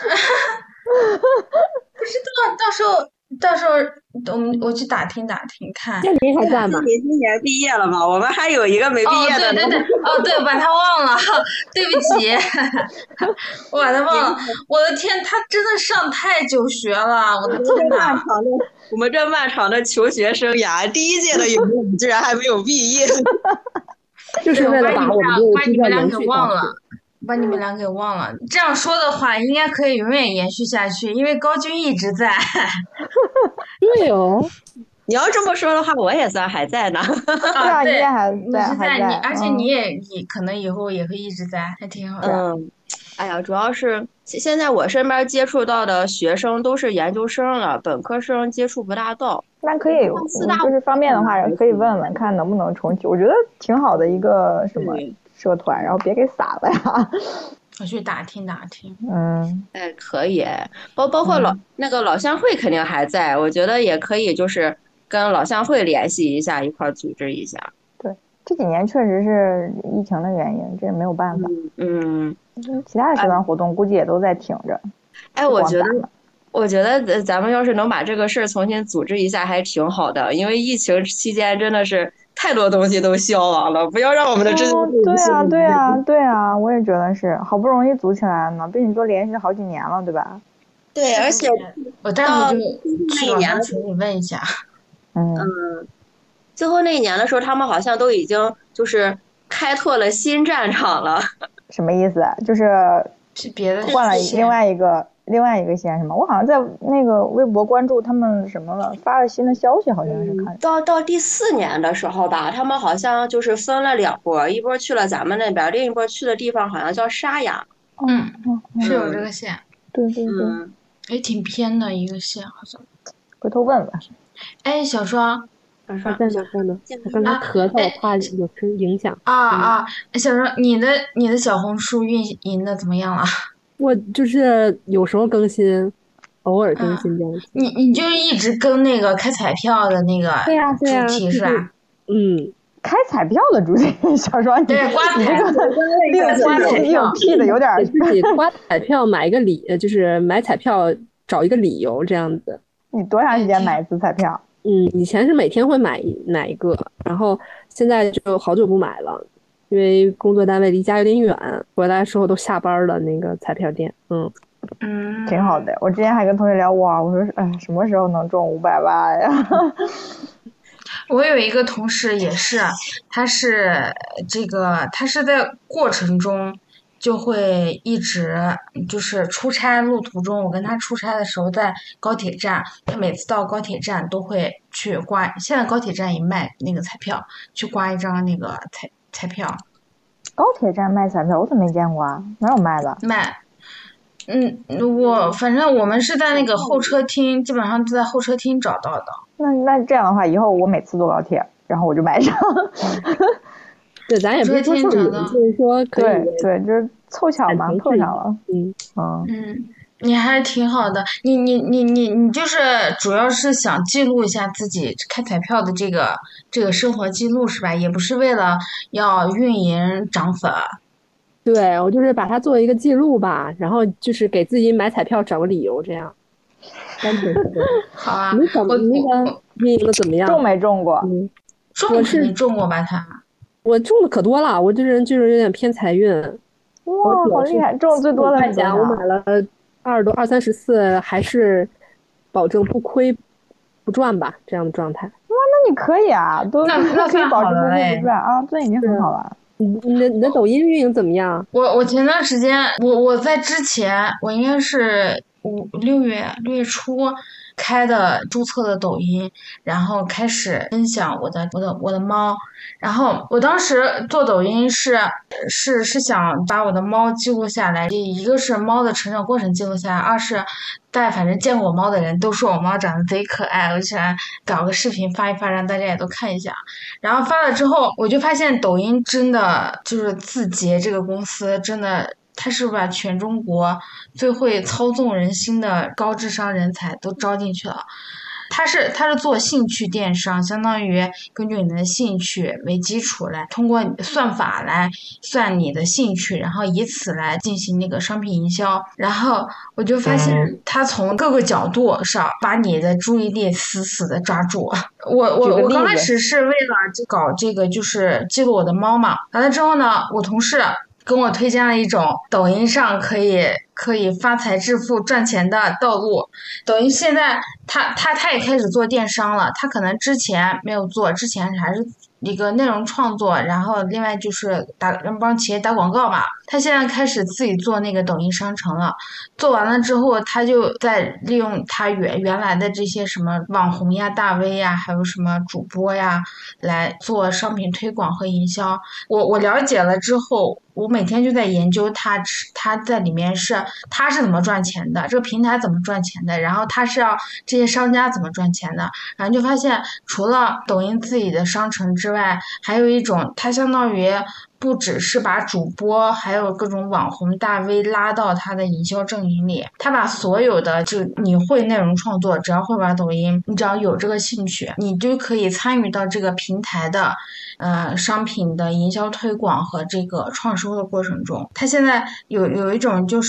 知道，到时候到时候我们我去打听打听看。 这你还在吗？ 你今年毕业了吗？我们还有一个没毕业的。 哦，对对对，哦对，把他忘了，对不起，我把他忘了。我的天，他真的上太久学了，我的天哪！ 我们这漫长的求学生涯，第一届的有我们居然还没有毕业， 就是为了把我们把你们俩给忘了，把你们俩给忘了。这样说的话，应该可以永远延续下去，因为高军一直在。 对哦， 你要这么说的话，我也算还在呢。 啊，对，你也还在， 还在，你而且你也你可能以后也会一直在，还挺好的。 嗯。哎呀，主要是现在我身边接触到的学生都是研究生了，本科生接触不大到。 那可以，就是方便的话，可以问问看能不能重启。我觉得挺好的一个什么社团，然后别给撒了呀。 我去打听打听。 嗯， 哎，可以，包包括老、嗯、那个老乡会肯定还在，我觉得也可以，就是跟老乡会联系一下，一块组织一下。 对，这几年确实是疫情的原因，这也没有办法。 嗯。 嗯，其他的社团活动估计也都在挺着。 哎，我觉得，我觉得咱们要是能把这个事儿重新组织一下，还挺好的。因为疫情期间真的是太多东西都消亡了，不要让我们的支教队。 对啊，对啊，对啊，我也觉得是，好不容易组起来呢，被你说连续好几年了，对吧？ 对，而且我待会就去老乡群里问一下。 嗯嗯，最后那一年的时候，他们好像都已经就是开拓了新战场了。 什么意思？就是是别的换了另外一个另外一个县是吗？我好像在那个微博关注他们什么了，发了新的消息，好像是看、嗯、 到到第四年的时候吧，他们好像就是分了两波，一波去了咱们那边，另一波去的地方好像叫沙雅。 嗯，嗯是有这个县。 对对对， 嗯， 也挺偏的一个县，好像。 回头问问。 哎，小双。 他在哪儿呢？我刚才咳嗽，我怕有声影响。 啊啊！小双，你的你的小红书运营的怎么样了？ 我就是有时候更新，偶尔更新这样子。 你你就一直更那个开彩票的那个主题是吧？ 嗯， 开彩票的主题，小双， 对，刮彩票， 刮彩票，屁的有点自己刮彩票买一个理，就是买彩票找一个理由这样子。 你多长时间买一次彩票？ 嗯，以前是每天会买买一个，然后现在就好久不买了，因为工作单位离家有点远，回来的时候都下班了。那个彩票店，嗯嗯， 挺好的。我之前还跟同学聊，哇，我说，哎，什么时候能中五百万呀？ 我有一个同事也是，他是这个，他是在过程中就会一直就是出差路途中，我跟他出差的时候在高铁站，他每次到高铁站都会去刮，现在高铁站也卖那个彩票，去刮一张那个彩彩票。 高铁站卖彩票我怎么没见过啊？哪有卖的？ 卖。嗯，我反正我们是在那个候车厅，基本上就在候车厅找到的。 那那这样的话，以后我每次坐高铁，然后我就买上。 对，咱也不是说凑巧，就是说可以对对，就是凑巧嘛，碰上了。 嗯嗯嗯，你还挺好的。你你你你你就是主要是想记录一下自己开彩票的这个这个生活记录是吧？也不是为了要运营涨粉。 对，我就是把它做一个记录吧，然后就是给自己买彩票找个理由，这样。单纯是好啊， 你怎么那个运营的怎么样？ 中没中过？ 嗯，中肯定中过吧？他， 我中的可多了，我这人就是有点偏财运。 哇，好厉害！中最多的是多少？ 我买了二十多、二三十四，还是保证不亏不赚吧，这样的状态。 哇，那你可以啊，都那那可以保证不亏不赚啊， 这已经很好了。 你你的你的抖音运营怎么样？ 我我前段时间，我我在之前，我应该是五六月六月初开的注册的抖音，然后开始分享我的我的我的猫，然后我当时做抖音是是是想把我的猫记录下来，一个是猫的成长过程记录下来，二是大家反正见过我猫的人都说我猫长得贼可爱，我就想搞个视频发一发，让大家也都看一下。然后发了之后，我就发现抖音真的就是字节这个公司真的。他是把全中国最会操纵人心的高智商人才都招进去了。他是他是做兴趣电商，相当于根据你的兴趣为基础来通过算法来算你的兴趣，然后以此来进行那个商品营销。然后我就发现他从各个角度上把你的注意力死死的抓住。我我我刚开始是为了就搞这个就是记录我的猫嘛，完了之后呢，我同事跟我推荐了一种抖音上可以可以发财致富赚钱的道路。抖音现在他他他也开始做电商了，他可能之前没有做，之前还是一个内容创作，然后另外就是打帮企业打广告嘛。他现在开始自己做那个抖音商城了，做完了之后他就在利用他原原来的这些什么网红呀大 V 呀还有什么主播呀来做商品推广和营销。我我了解了之后，我每天就在研究他他在里面是他是怎么赚钱的，这个平台怎么赚钱的，然后他是要这些商家怎么赚钱的。然后就发现除了抖音自己的商城之外，还有一种它相当于不只是把主播还有各种网红大 V 拉到他的营销阵营里，他把所有的就你会内容创作，只要会玩抖音，你只要有这个兴趣，你就可以参与到这个平台的呃商品的营销推广和这个创收的过程中。他现在有有一种就是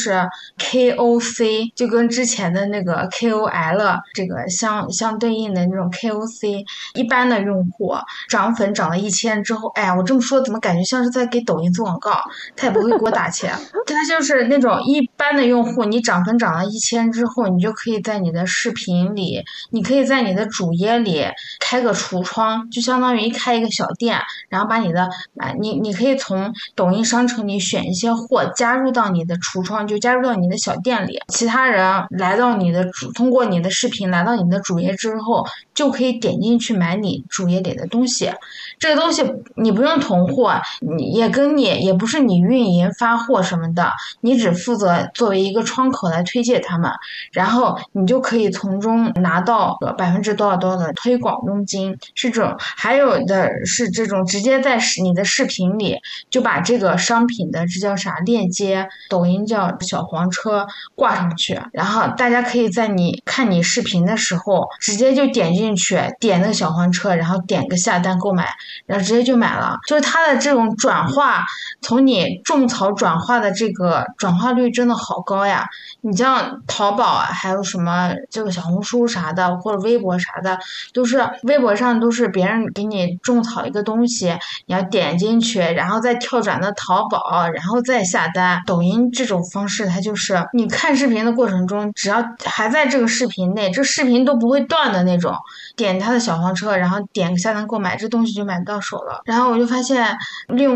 K O C， 就跟之前的那个 K O L 这个相相对应的那种 K O C， 一般的用户涨粉涨了一千之后，哎呀，我这么说怎么感觉像是在给抖音做广告，他也不会给我打钱。他就是那种一般的用户，你涨粉涨了一千之后，你就可以在你的视频里，你可以在你的主页里开个橱窗，就相当于开一个小店，然后把你的啊，你你可以从抖音商城里选一些货加入到你的橱窗，就加入到你的小店里。其他人来到你的主，通过你的视频来到你的主页之后，就可以点进去买你主页里的东西。这个东西你不用囤货，你也跟你也不是你运营发货什么的，你只负责作为一个窗口来推荐他们，然后你就可以从中拿到百分之多少多少的推广佣金，是这种。还有的是这种直接在你的视频里就把这个商品的这叫啥链接，抖音叫小黄车挂上去，然后大家可以在你看你视频的时候直接就点进去，点那个小黄车，然后点个下单购买，然后直接就买了。就是它的这种转化，从你种草转化的这个转化率真的好高呀。你像淘宝啊，还有什么这个小红书啥的或者微博啥的，都是微博上都是别人给你种草一个东西，你要点进去然后再跳转到淘宝然后再下单。抖音这种方式它就是你看视频的过程中，只要还在这个视频内，这视频都不会断的那种，点它的小黄车然后点个下单购买，这东西就买到手了。然后我就发现利用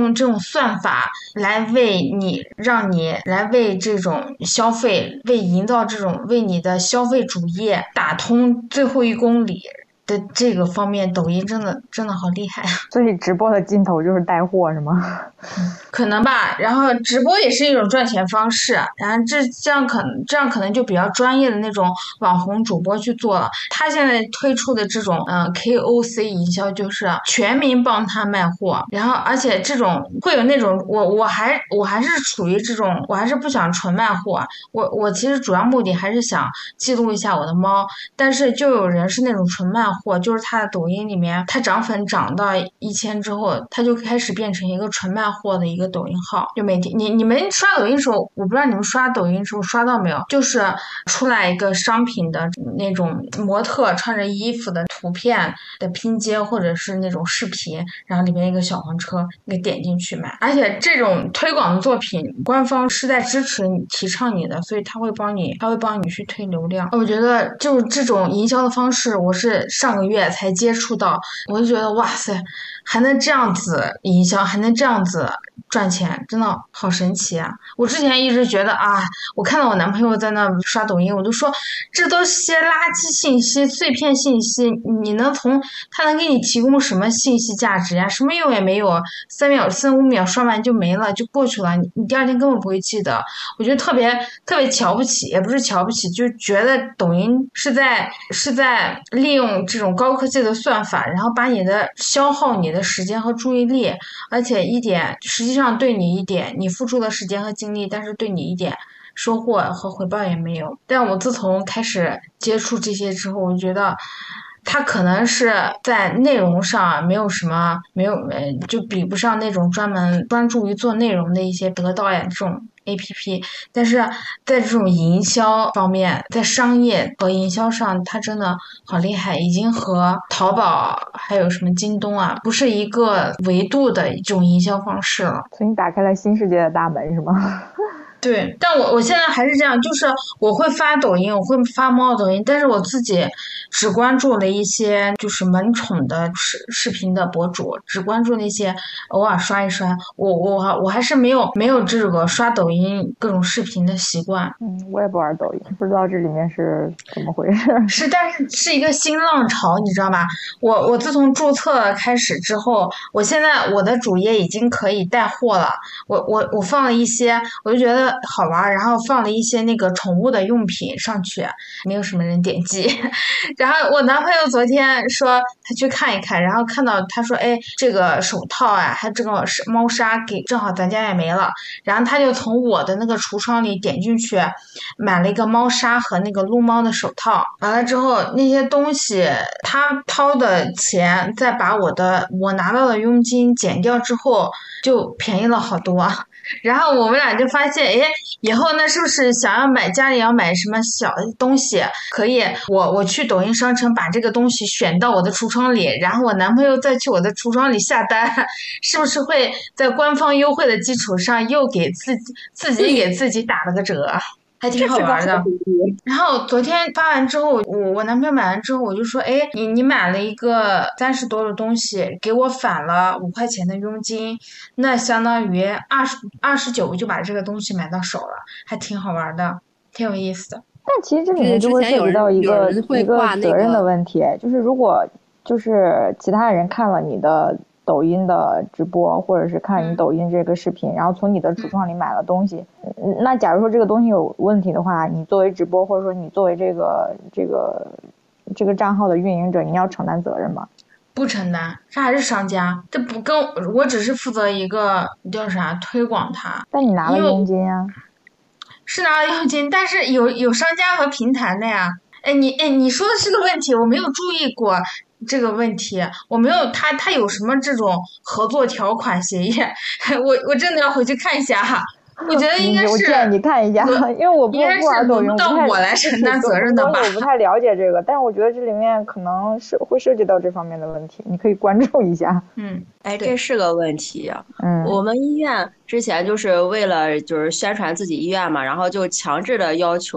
用这种算法来为你，让你来为这种消费，为营造这种为你的消费主页打通最后一公里的这个方面，抖音真的真的好厉害啊！ 所以直播的尽头就是带货是吗？ 可能吧，然后直播也是一种赚钱方式，然后这这样可能这样可能就比较专业的那种网红主播去做了。他现在推出的这种嗯、呃、K O C 营销就是全民帮他卖货，然后而且这种会有那种我我还我还是处于这种我还是不想纯卖货，我我其实主要目的还是想记录一下我的猫，但是就有人是那种纯卖货，就是他的抖音里面他涨粉涨到一千之后，他就开始变成一个纯卖货的一个抖音号，就每天你你们刷抖音的时候，我不知道你们刷抖音的时候刷到没有，就是出来一个商品的那种模特穿着衣服的图片的拼接，或者是那种视频，然后里面一个小黄车，你点进去买。而且这种推广的作品，官方是在支持你、提倡你的，所以他会帮你，他会帮你去推流量。我觉得就这种营销的方式，我是上个月才接触到，我就觉得哇塞，还能这样子营销，还能这样子赚钱，真的好神奇啊！我之前一直觉得啊，我看到我男朋友在那刷抖音，我就说这都是些垃圾信息、碎片信息，你能从他能给你提供什么信息价值呀？什么用也没有，三秒、三五秒刷完就没了，就过去了，你你第二天根本不会记得。我觉得特别特别瞧不起，也不是瞧不起，就觉得抖音是在是在利用这种高科技的算法，然后把你的消耗你的时间和注意力，而且一点实际上对你一点你付出的时间和精力，但是对你一点收获和回报也没有。但我自从开始接触这些之后，我觉得它可能是在内容上没有什么没有呃就比不上那种专门专注于做内容的一些得到呀这种A P P， 但是在这种营销方面，在商业和营销上，它真的好厉害，已经和淘宝还有什么京东啊，不是一个维度的一种营销方式了。 所以你打开了新世界的大门是吗？ 对，但我我现在还是这样，就是我会发抖音，我会发猫抖音，但是我自己只关注了一些就是萌宠的视视频的博主，只关注那些偶尔刷一刷。我我我还是没有没有这个刷抖音各种视频的习惯。 嗯，我也不玩抖音，不知道这里面是怎么回事。 是，但是是一个新浪潮，你知道吧？我我自从注册开始之后，我现在我的主页已经可以带货了。我我我放了一些，我就觉得好玩，然后放了一些那个宠物的用品上去，没有什么人点击。然后我男朋友昨天说他去看一看，然后看到他说，哎，这个手套啊，还有这个猫砂给正好咱家也没了，然后他就从我的那个橱窗里点进去，买了一个猫砂和那个撸猫的手套。完了之后那些东西他掏的钱，再把我的我拿到的佣金减掉之后，就便宜了好多。然后我们俩就发现，哎，以后呢是不是想要买家里要买什么小东西，可以我我去抖音商城把这个东西选到我的橱窗里，然后我男朋友再去我的橱窗里下单，是不是会在官方优惠的基础上又给自己自己给自己打了个折？还挺好玩的。然后昨天发完之后，我我男朋友买完之后，我就说，哎，你你买了一个三十多的东西，给我返了五块钱的佣金，那相当于二十二十九就把这个东西买到手了，还挺好玩的，挺有意思的。 但其实这里面就会涉及到一个一个责任的问题，就是如果就是其他人看了你的抖音的直播，或者是看你抖音这个视频，然后从你的橱窗里买了东西，那假如说这个东西有问题的话，你作为直播，或者说你作为这个这个这个账号的运营者，你要承担责任吗？ 不承担，这还是商家，这不跟我只是负责一个叫啥推广它。 但你拿了佣金呀？ 是拿了佣金，但是有有商家和平台的呀。哎，你哎，你说的是个问题，我没有注意过这个问题，我没有他他有什么这种合作条款协议，我我真的要回去看一下哈。我觉得应该是， 我建议你看一下，因为我不不玩抖音， 到我来承担责任的吧。 我不太了解这个，但是我觉得这里面可能是会涉及到这方面的问题，你可以关注一下。 嗯， 哎，这是个问题。 嗯， 我们医院之前就是为了就是宣传自己医院嘛，然后就强制的要求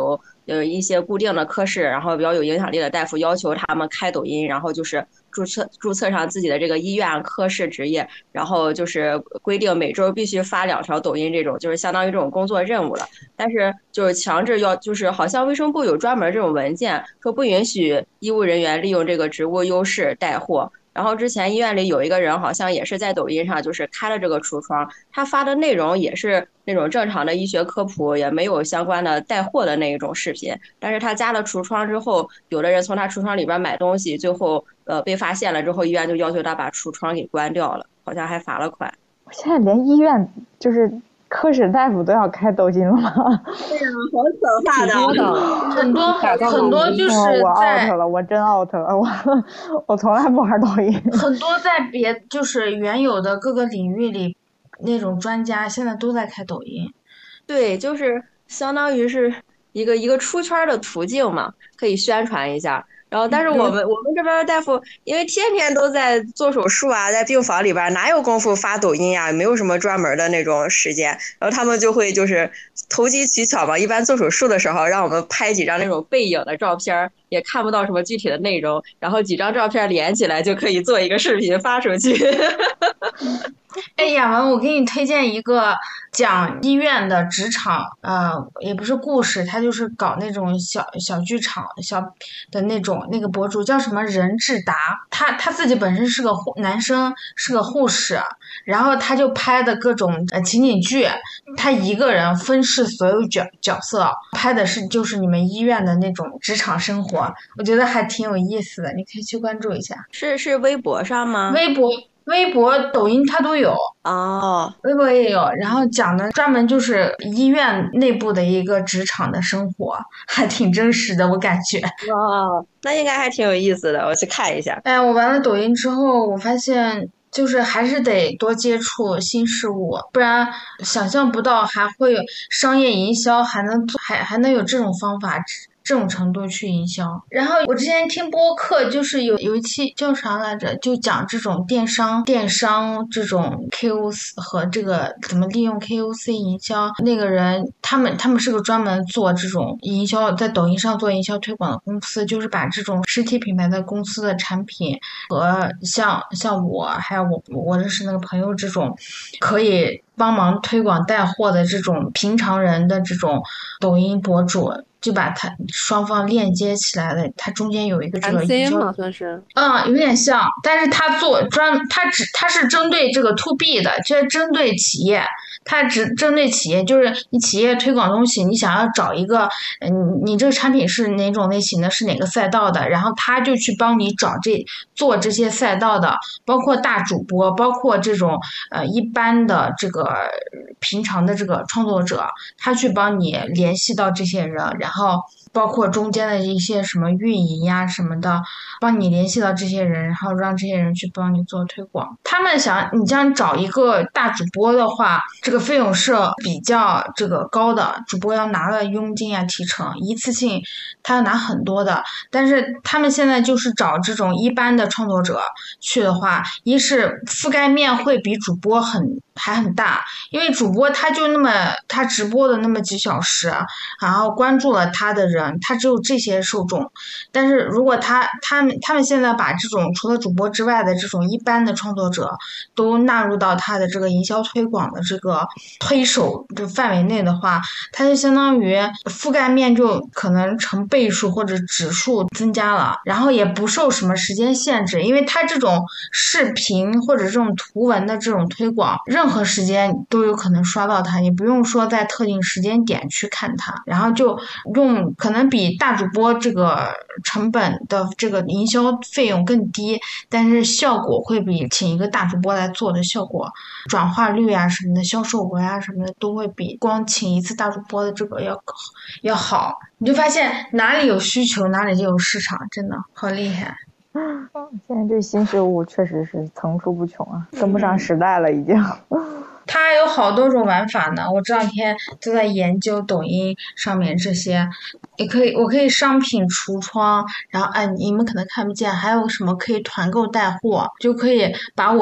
有一些固定的科室，然后比较有影响力的大夫要求他们开抖音，然后就是注册注册上自己的这个医院科室职业，然后就是规定每周必须发两条抖音，这种就是相当于这种工作任务了。但是就是强制要，就是好像卫生部有专门这种文件说不允许医务人员利用这个职务优势带货。然后之前医院里有一个人好像也是在抖音上就是开了这个橱窗，他发的内容也是那种正常的医学科普，也没有相关的带货的那一种视频，但是他加了橱窗之后，有的人从他橱窗里边买东西，最后呃被发现了之后，医院就要求他把橱窗给关掉了，好像还罚了款。 现在连医院就是科室大夫都要开抖音了吗？ 对呀、啊，好可怕的， 很多很多就是我在 out 了，我真 out 了，我我从来不玩抖音。 很多在别就是原有的各个领域里那种专家现在都在开抖音。 对，就是相当于是一个一个出圈的途径嘛，可以宣传一下。然后，但是我们我们这边的大夫，因为天天都在做手术啊，在病房里边哪有功夫发抖音呀？没有什么专门的那种时间，然后他们就会就是投机取巧嘛。一般做手术的时候，让我们拍几张那种背影的照片，也看不到什么具体的内容，然后几张照片连起来就可以做一个视频发出去。 哎，雅文，我给你推荐一个讲医院的职场，呃，也不是故事，他就是搞那种小小剧场小的那种那个博主叫什么任志达，他他自己本身是个护男生，是个护士，然后他就拍的各种呃情景剧，他一个人分饰所有角角色，拍的是就是你们医院的那种职场生活，我觉得还挺有意思的，你可以去关注一下。 是是微博上吗？ 微博。微博、抖音它都有哦， 微博也有，然后讲的专门就是医院内部的一个职场的生活，还挺真实的，我感觉。 哦，那应该还挺有意思的，我去看一下。 哎，我玩了抖音之后，我发现就是还是得多接触新事物，不然想象不到还会有商业营销，还能还还能有这种方法。这种程度去营销。然后我之前听播客，就是有有一期叫啥来着，就讲这种电商电商这种 K O C 和这个怎么利用 K O C 营销。那个人他们他们是个专门做这种营销，在抖音上做营销推广的公司，就是把这种实体品牌的公司的产品和像像我还有我我认识那个朋友这种可以帮忙推广带货的这种平常人的这种抖音博主，就把它双方链接起来了，它中间有一个这个 M C N 嘛，算是， 嗯，有点像，但是它做专，它只它是针对这个 to B 的，就是针对企业，它只针对企业，就是你企业推广东西，你想要找一个，嗯，你这个产品是哪种类型的，是哪个赛道的，然后他就去帮你找这做这些赛道的，包括大主播，包括这种呃一般的这个平常的这个创作者，他去帮你联系到这些人，然后包括中间的一些什么运营呀什么的，帮你联系到这些人，然后让这些人去帮你做推广。他们想你想找一个大主播的话，这个费用是比较这个高的，主播要拿的佣金啊提成，一次性他要拿很多的。但是他们现在就是找这种一般的创作者去的话，一是覆盖面会比主播很还很大，因为主播他就那么他直播的那么几小时，然后关注了他的人，他只有这些受众。但是如果他他们他们现在把这种除了主播之外的这种一般的创作者都纳入到他的这个营销推广的这个推手的范围内的话，它就相当于覆盖面就可能成倍数或者指数增加了，然后也不受什么时间限制，因为它这种视频或者这种图文的这种推广，任何时间都有可能刷到它，也不用说在特定时间点去看它，然后就用可能比大主播这个成本的这个营销费用更低，但是效果会比请一个大主播来做的效果，转化率啊什么的，销售额啊什么的都会比光请一次大主播的这个要要好。你就发现哪里有需求哪里就有市场，真的好厉害。 现在这新事物确实是层出不穷啊，跟不上时代了已经。 它还有好多种玩法呢，我这两天都在研究抖音上面这些，也可以，我可以商品橱窗，然后哎，你们可能看不见，还有什么可以团购带货，就可以把我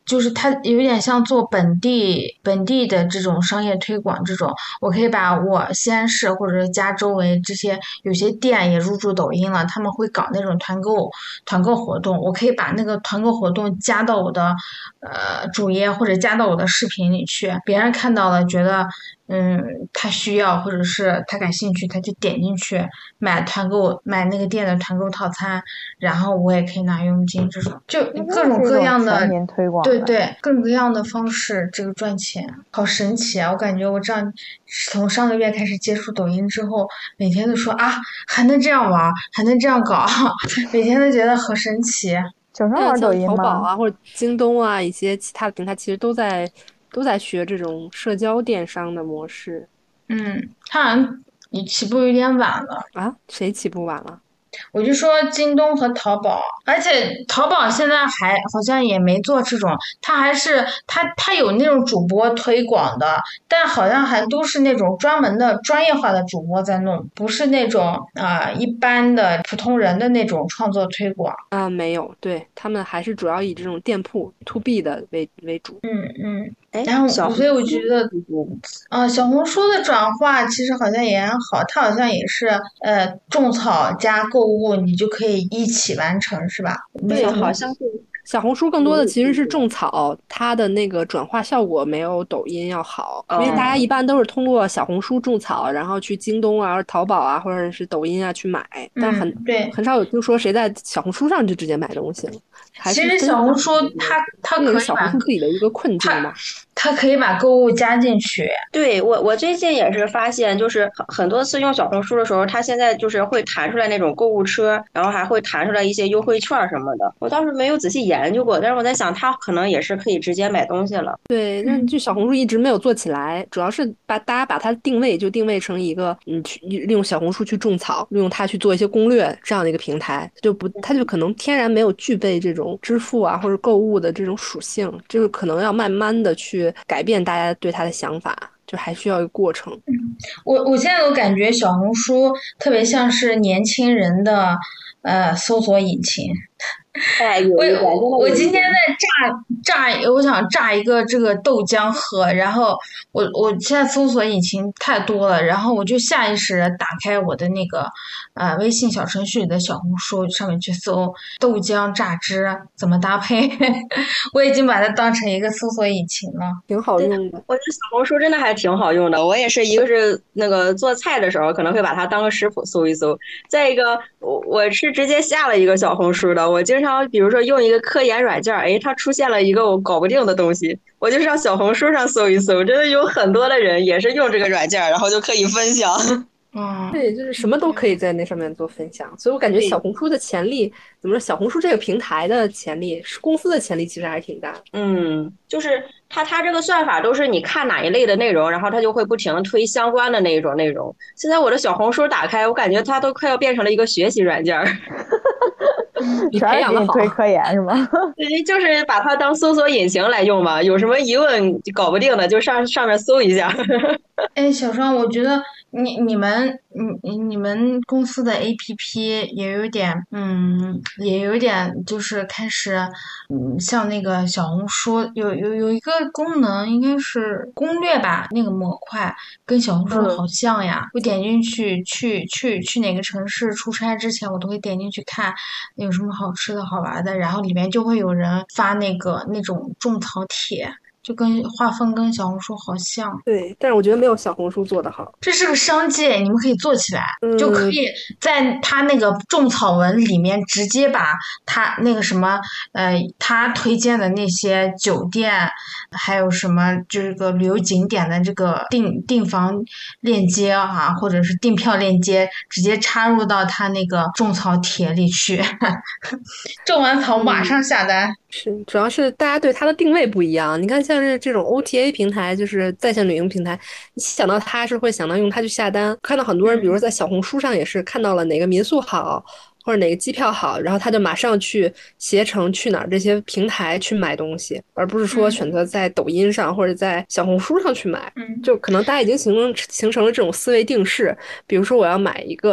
就是它有点像做本地本地的这种商业推广这种，我可以把我西安市或者是家周围这些有些店也入驻抖音了，他们会搞那种团购团购活动，我可以把那个团购活动加到我的呃主页或者加到我的视频里去，别人看到了觉得嗯他需要或者是他感兴趣，他就点进去买团购买那个店的团购套餐，然后我也可以拿佣金，这种就各种各样的全民推广， 对对，各种各样的方式这个赚钱好神奇啊！我感觉我这样从上个月开始接触抖音之后，每天都说啊还能这样玩，还能这样搞，每天都觉得好神奇。 小双玩抖音吗？ 淘宝啊或者京东啊一些其他的平台其实都在都在学这种社交电商的模式。 嗯，他好像你起步有点晚了啊？谁起步晚了？ 我就说京东和淘宝，而且淘宝现在还好像也没做这种，它还是它它有那种主播推广的，但好像还都是那种专门的专业化的主播在弄，不是那种啊、呃、一般的普通人的那种创作推广。 啊、呃，没有，对他们还是主要以这种店铺 to B 的为为主。 嗯嗯。 哎， 然后所以我觉得，啊、呃，小红书的转化其实好像也很好，它好像也是呃种草加购物，你就可以一起完成，是吧？ 对，好像是。 小红书更多的其实是种草，它的那个转化效果没有抖音要好，因为大家一般都是通过小红书种草，然后去京东啊、淘宝啊或者是抖音啊去买，但很、 嗯、对很少有听说谁在小红书上就直接买东西了。还是其实小红书它它可以把小红书自己的一个困境吧， 它可以把购物加进去。 对，我我最近也是发现，就是很很多次用小红书的时候，它现在就是会弹出来那种购物车，然后还会弹出来一些优惠券什么的。我倒是没有仔细研究过，但是我在想，它可能也是可以直接买东西了。 对，但就小红书一直没有做起来，主要是把大家把它定位就定位成一个嗯去利用小红书去种草，利用它去做一些攻略这样的一个平台，就不它就可能天然没有具备这种支付啊或者购物的这种属性，就是可能要慢慢的去改变大家对它的想法。就还需要一个过程。 嗯，我我现在都感觉小红书特别像是年轻人的呃搜索引擎。 哎， 我我今天在榨榨，我想榨一个这个豆浆喝，然后我我现在搜索引擎太多了，然后我就下意识打开我的那个呃微信小程序里的小红书上面去搜豆浆榨汁怎么搭配，我已经把它当成一个搜索引擎了， 挺好用的。 我觉得小红书真的还挺好用的，我也是一个是那个做菜的时候可能会把它当个食谱搜一搜，再一个我我是直接下了一个小红书的，我经常比如说用一个科研软件，哎，它出现了一个我搞不定的东西，我就上小红书上搜一搜，真的有很多的人也是用这个软件，然后就可以分享。 嗯， 对，就是什么都可以在那上面做分享，所以我感觉小红书的潜力，怎么说？小红书这个平台的潜力，是公司的潜力，其实还是挺大的。 嗯，就是它它这个算法都是你看哪一类的内容，然后它就会不停的推相关的那一种内容。现在我的小红书打开，我感觉它都快要变成了一个学习软件儿。 你培养的好， 推科研是吗？ 对，就是把它当搜索引擎来用嘛。有什么疑问搞不定的，就上上面搜一下。 哎，小双，我觉得你你们你你们公司的 A P P 也有点，嗯，也有点就是开始，嗯，像那个小红书有有有一个功能，应该是攻略吧，那个模块跟小红书好像呀。嗯、我点进去去去去哪个城市出差之前，我都会点进去看有什么好吃的好玩的，然后里面就会有人发那个那种种草帖。就跟画风跟小红书好像， 对，但是我觉得没有小红书做得好。 这是个商机，你们可以做起来， 嗯、 就可以在他那个种草文里面直接把他那个什么呃，他推荐的那些酒店，还有什么这个旅游景点的这个订订房链接啊，或者是订票链接，直接插入到他那个种草帖里去，种完草马上下单。 嗯是，主要是大家对它的定位不一样。你看，像是这种 O T A 平台，就是在线旅行平台，你想到它是会想到用它去下单。看到很多人，比如在小红书上也是看到了哪个民宿好，或者哪个机票好，然后他就马上去携程、去哪儿这些平台去买东西，而不是说选择在抖音上或者在小红书上去买。就可能大家已经形成形成了这种思维定式。比如说，我要买一个。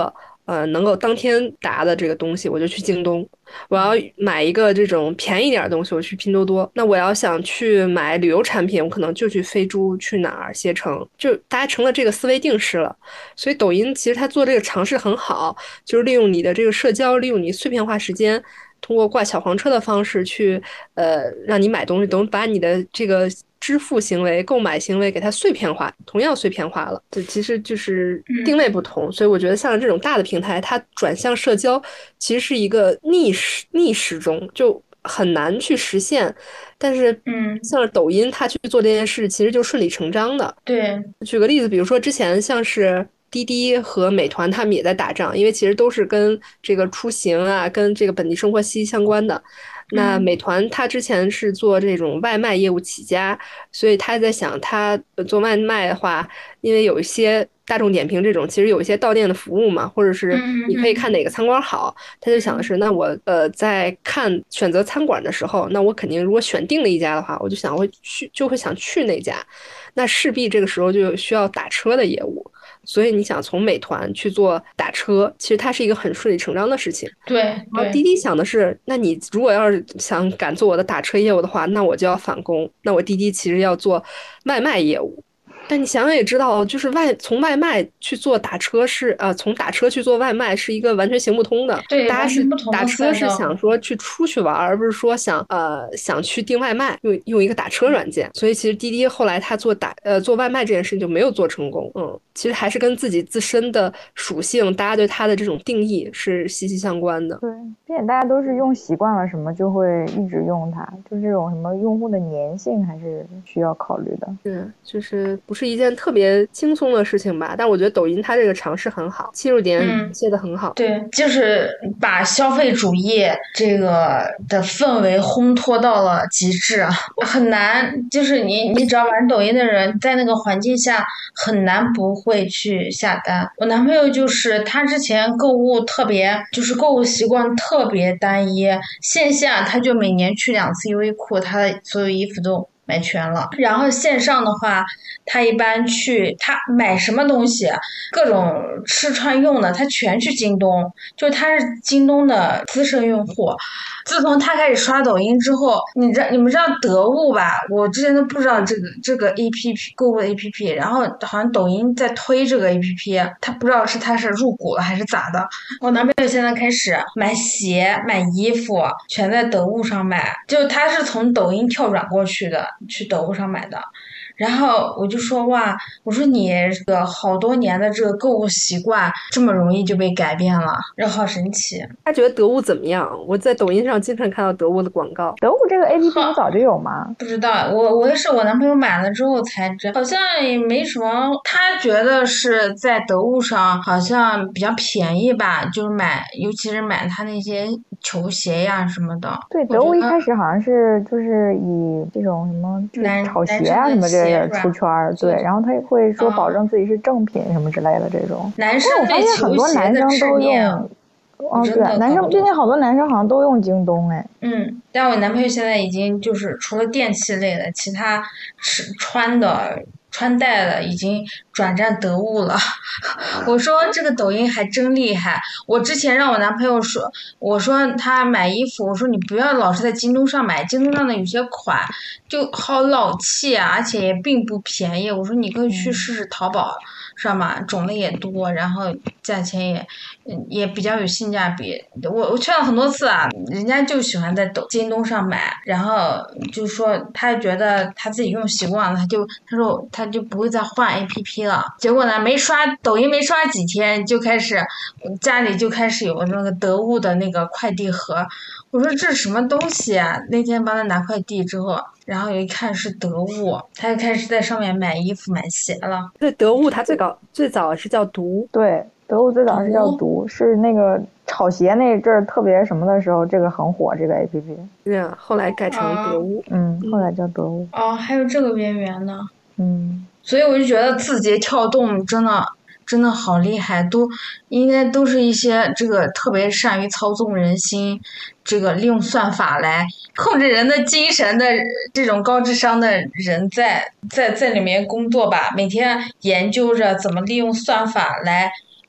呃能够当天达的这个东西，我就去京东。我要买一个这种便宜点的东西，我去拼多多。那我要想去买旅游产品，我可能就去飞猪，去哪儿携程，就大家成了这个思维定式了。所以抖音其实它做这个尝试很好，就是利用你的这个社交，利用你碎片化时间，通过挂小黄车的方式去呃让你买东西，等于把你的这个支付行为、购买行为给它碎片化，同样碎片化了。这其实就是定位不同，所以我觉得像这种大的平台，它转向社交，其实是一个逆时逆时钟，就很难去实现。但是， 嗯， 像是抖音，它去做这件事，其实就顺理成章的。 对， 举个例子，比如说之前像是滴滴和美团，他们也在打仗，因为其实都是跟这个出行啊，跟这个本地生活息息相关的。那美团它之前是做这种外卖业务起家，所以他在想，他做外卖的话，因为有一些大众点评这种，其实有一些到店的服务嘛，或者是你可以看哪个餐馆好，他就想的是，那我呃在看选择餐馆的时候，那我肯定如果选定了一家的话，我就想会去，就会想去那家，那势必这个时候就需要打车的业务。所以你想从美团去做打车，其实它是一个很顺理成章的事情。 对， 然后滴滴想的是，那你如果要是想敢做我的打车业务的话，那我就要返工，那我滴滴其实要做外卖业务。但你想想也知道，就是外从外卖去做打车是呃，从打车去做外卖是一个完全行不通的。 对， 大家是不同的打车是想说去出去玩，而不是说想呃想去订外卖，用用一个打车软件。所以其实滴滴后来他做打呃做外卖这件事情就没有做成功。嗯，其实还是跟自己自身的属性，大家对它的这种定义是息息相关的。 对，并且大家都是用习惯了什么就会一直用它，就这种什么用户的粘性还是需要考虑的。 是，就是不是一件特别轻松的事情吧？但我觉得抖音它这个尝试很好，切入点切得很好。 嗯、对，就是把消费主义这个的氛围烘托到了极致，很难。就是你你只要玩抖音的人，在那个环境下很难不会去下单。我男朋友就是他之前购物特别，就是购物习惯特别单一，线下他就每年去两次优衣库，他的所有衣服都买全了。然后线上的话，他一般去他买什么东西，各种吃穿用的，他全去京东，就是他是京东的资深用户。自从他开始刷抖音之后，你知道你们知道得物吧？我之前都不知道这个这个 A P P 购物的 A P P， 然后好像抖音在推这个 A P P， 他不知道是他是入股了还是咋的。我男朋友现在开始买鞋买衣服全在得物上买，就他是从抖音跳转过去的，去得物上买的。然后我就说哇，我说你这个好多年的这个购物习惯这么容易就被改变了，这好神奇。 他觉得得物怎么样？我在抖音上经常看到得物的广告。 得物这个 A P P 不早就有吗？ 不知道，我我也是我男朋友买了之后才知道，好像也没什么。他觉得是在得物上好像比较便宜吧，就是买，尤其是买他那些球鞋呀什么的。 对，得物一开始好像是就是以这种什么炒鞋啊什么这个出圈儿，对，然后他会说保证自己是正品什么之类的这种。 男生对球鞋的执念。哦，对，男生最近好多男生好像都用京东哎。 嗯，但我男朋友现在已经就是除了电器类的，其他吃穿的、穿戴的已经转战得物了。我说这个抖音还真厉害。我之前让我男朋友说，我说他买衣服，我说你不要老是在京东上买，京东上的有些款就好老气啊，而且也并不便宜。我说你可以去试试淘宝。上嘛，种类也多，然后价钱也也比较有性价比。我我劝了很多次啊，人家就喜欢在抖京东上买，然后就说他觉得他自己用习惯了，他就他说他就不会再换 A P P 了。结果呢，没刷抖音没刷几天，就开始家里就开始有那个得物的那个快递盒。我说这是什么东西啊？那天帮他拿快递之后，然后一看是得物，他就开始在上面买衣服买鞋了。 对，得物它最早最早是叫毒， 对，得物最早是叫毒，是那个炒鞋那阵儿特别什么的时候，这个很火，这个 A P P。 对啊，后来改成得物。 嗯，后来叫得物。 哦，还有这个渊源呢。 嗯， 所以我就觉得字节跳动真的。真的好厉害，都应该都是一些这个特别善于操纵人心，这个利用算法来控制人的精神的这种高智商的人在在在里面工作吧，每天研究着怎么利用算法来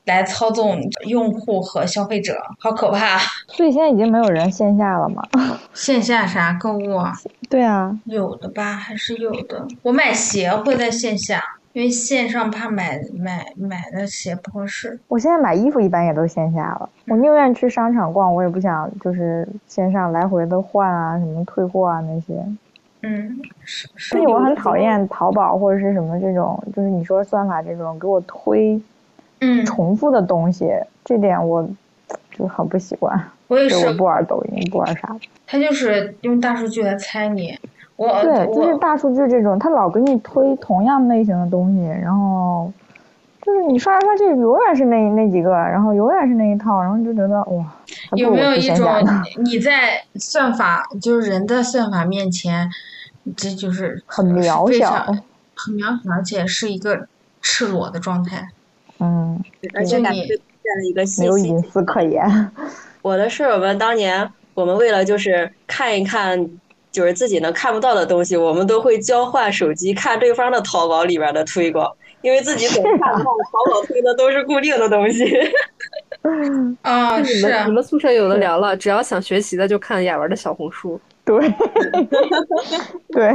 来操纵用户和消费者，好可怕。 所以现在已经没有人线下了吗？ 线下啥购物啊？ 对啊， 有的吧，还是有的。我买鞋会在线下，因为线上怕买买买的鞋不合适。 我现在买衣服一般也都线下了，我宁愿去商场逛，我也不想就是线上来回的换啊，什么退货啊那些。 嗯，是是。 所以我很讨厌淘宝或者是什么这种，就是你说算法这种给我推， 嗯， 重复的东西，嗯、这点我就很不习惯。 我也是， 我不玩抖音，不玩啥的。 他就是用大数据来猜你。我对，就是大数据这种，他老给你推同样类型的东西，然后就是你刷来刷去，永远是那那几个，然后永远是那一套，然后你就觉得哇。 有没有一种你在算法就是人的算法面前，这就是很渺小， 很渺小，而且是一个赤裸的状态。 嗯， 而且感觉变了一个信息没有隐私可言。 我的室友们当年，我们为了就是看一看，就是自己能看不到的东西，我们都会交换手机看对方的淘宝里边的推广，因为自己总看不到淘宝推的都是固定的东西。 啊， 你们你们宿舍有的聊了，只要想学习的就看雅文的小红书。 对，对。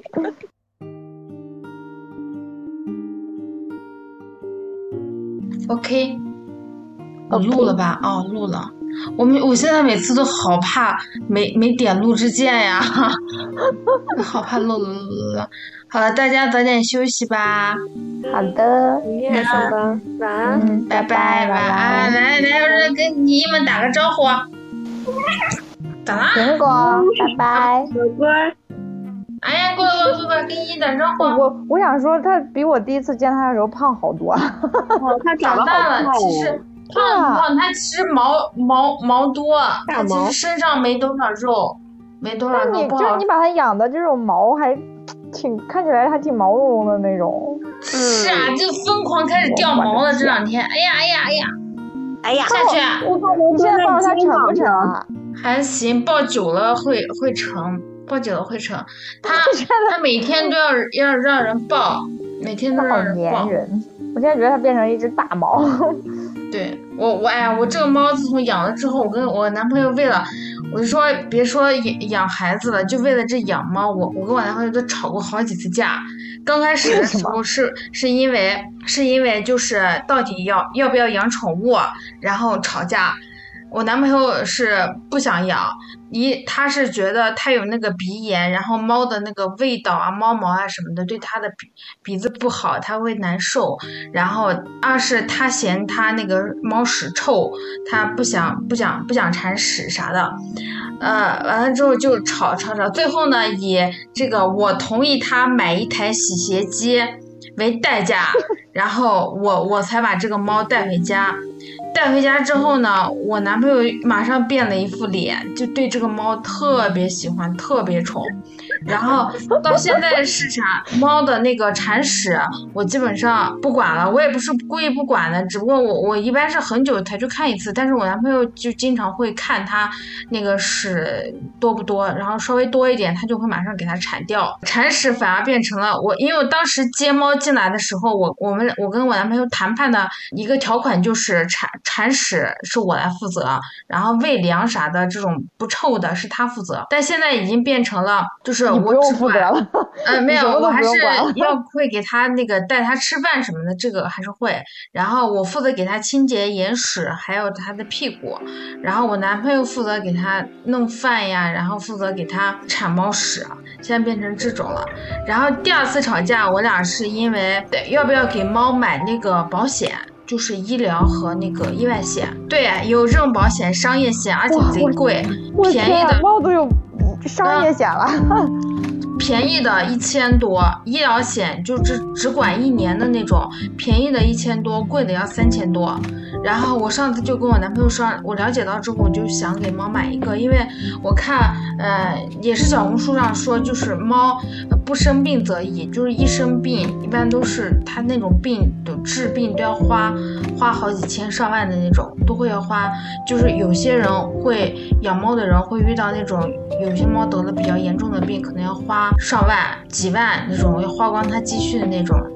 OK， 我录了吧？ Okay. 哦，录了。我们我现在每次都好怕没没点录制键呀，好怕漏了漏了。好了，大家早点休息吧。 好的， 明天上班，晚安， 嗯， 拜拜，晚安。来来，跟你们打个招呼。咋啦？ 苹果，拜拜。 果果。 哎呀，过来过来过来，跟你打招呼。 我我想说，他比我第一次见他的时候胖好多。 哦，他长大了，其实。胖胖，它其实毛毛毛多，它其实身上没多少肉，没多少肉。 就是你把它养的这种毛还挺看起来还挺毛茸茸的那种。 是啊，就疯狂开始掉毛了这两天。哎呀哎呀哎呀， 哎呀， 下去啊！ 你现在抱它沉不沉啊？ 还行，抱久了会会沉，抱久了会沉。它它每天都要要让人抱，每天都让人抱。 人，我现在觉得它变成一只大猫。 对我我哎呀，我这个猫自从养了之后，我跟我男朋友为了，我就说别说养养孩子了，就为了这养猫，我我跟我男朋友都吵过好几次架。刚开始的时候是是因为是因为就是到底要要不要养宠物，然后吵架。我男朋友是不想养，一他是觉得他有那个鼻炎，然后猫的那个味道啊、猫毛啊什么的对他的鼻鼻子不好，他会难受。然后二是他嫌他那个猫屎臭，他不想不想不想铲屎啥的。呃，完了之后就吵吵吵，最后呢以这个我同意他买一台洗鞋机为代价，然后我我才把这个猫带回家。带回家之后呢，我男朋友马上变了一副脸，就对这个猫特别喜欢，特别宠。然后到现在是啥，猫的那个铲屎我基本上不管了，我也不是故意不管的，只不过我我一般是很久才去看一次，但是我男朋友就经常会看他那个屎多不多，然后稍微多一点他就会马上给它铲掉。铲屎反而变成了我，因为我当时接猫进来的时候，我我们我跟我男朋友谈判的一个条款就是铲铲屎是我来负责，然后喂粮啥的这种不臭的是他负责。但现在已经变成了就是我只负责了， 呃没有，我还是要会给他那个带他吃饭什么的，这个还是会。然后我负责给他清洁眼屎，还有他的屁股。然后我男朋友负责给他弄饭呀，然后负责给他铲猫屎。现在变成这种了。然后第二次吵架，我俩是因为对要不要给猫买那个保险。就是医疗和那个意外险，对，有这种保险，商业险，而且贼贵，便宜的猫都有商业险了， 嗯、便宜的一千多，医疗险就只只管一年的那种，便宜的一千多，贵的要三千多。然后我上次就跟我男朋友说，我了解到之后，我就想给猫买一个，因为我看，呃，也是小红书上说，就是猫不生病则已，就是一生病，一般都是它那种病的治病都要花花好几千上万的那种，都会要花，就是有些人会养猫的人会遇到那种，有些猫得了比较严重的病，可能要花上万几万那种，要花光它积蓄的那种。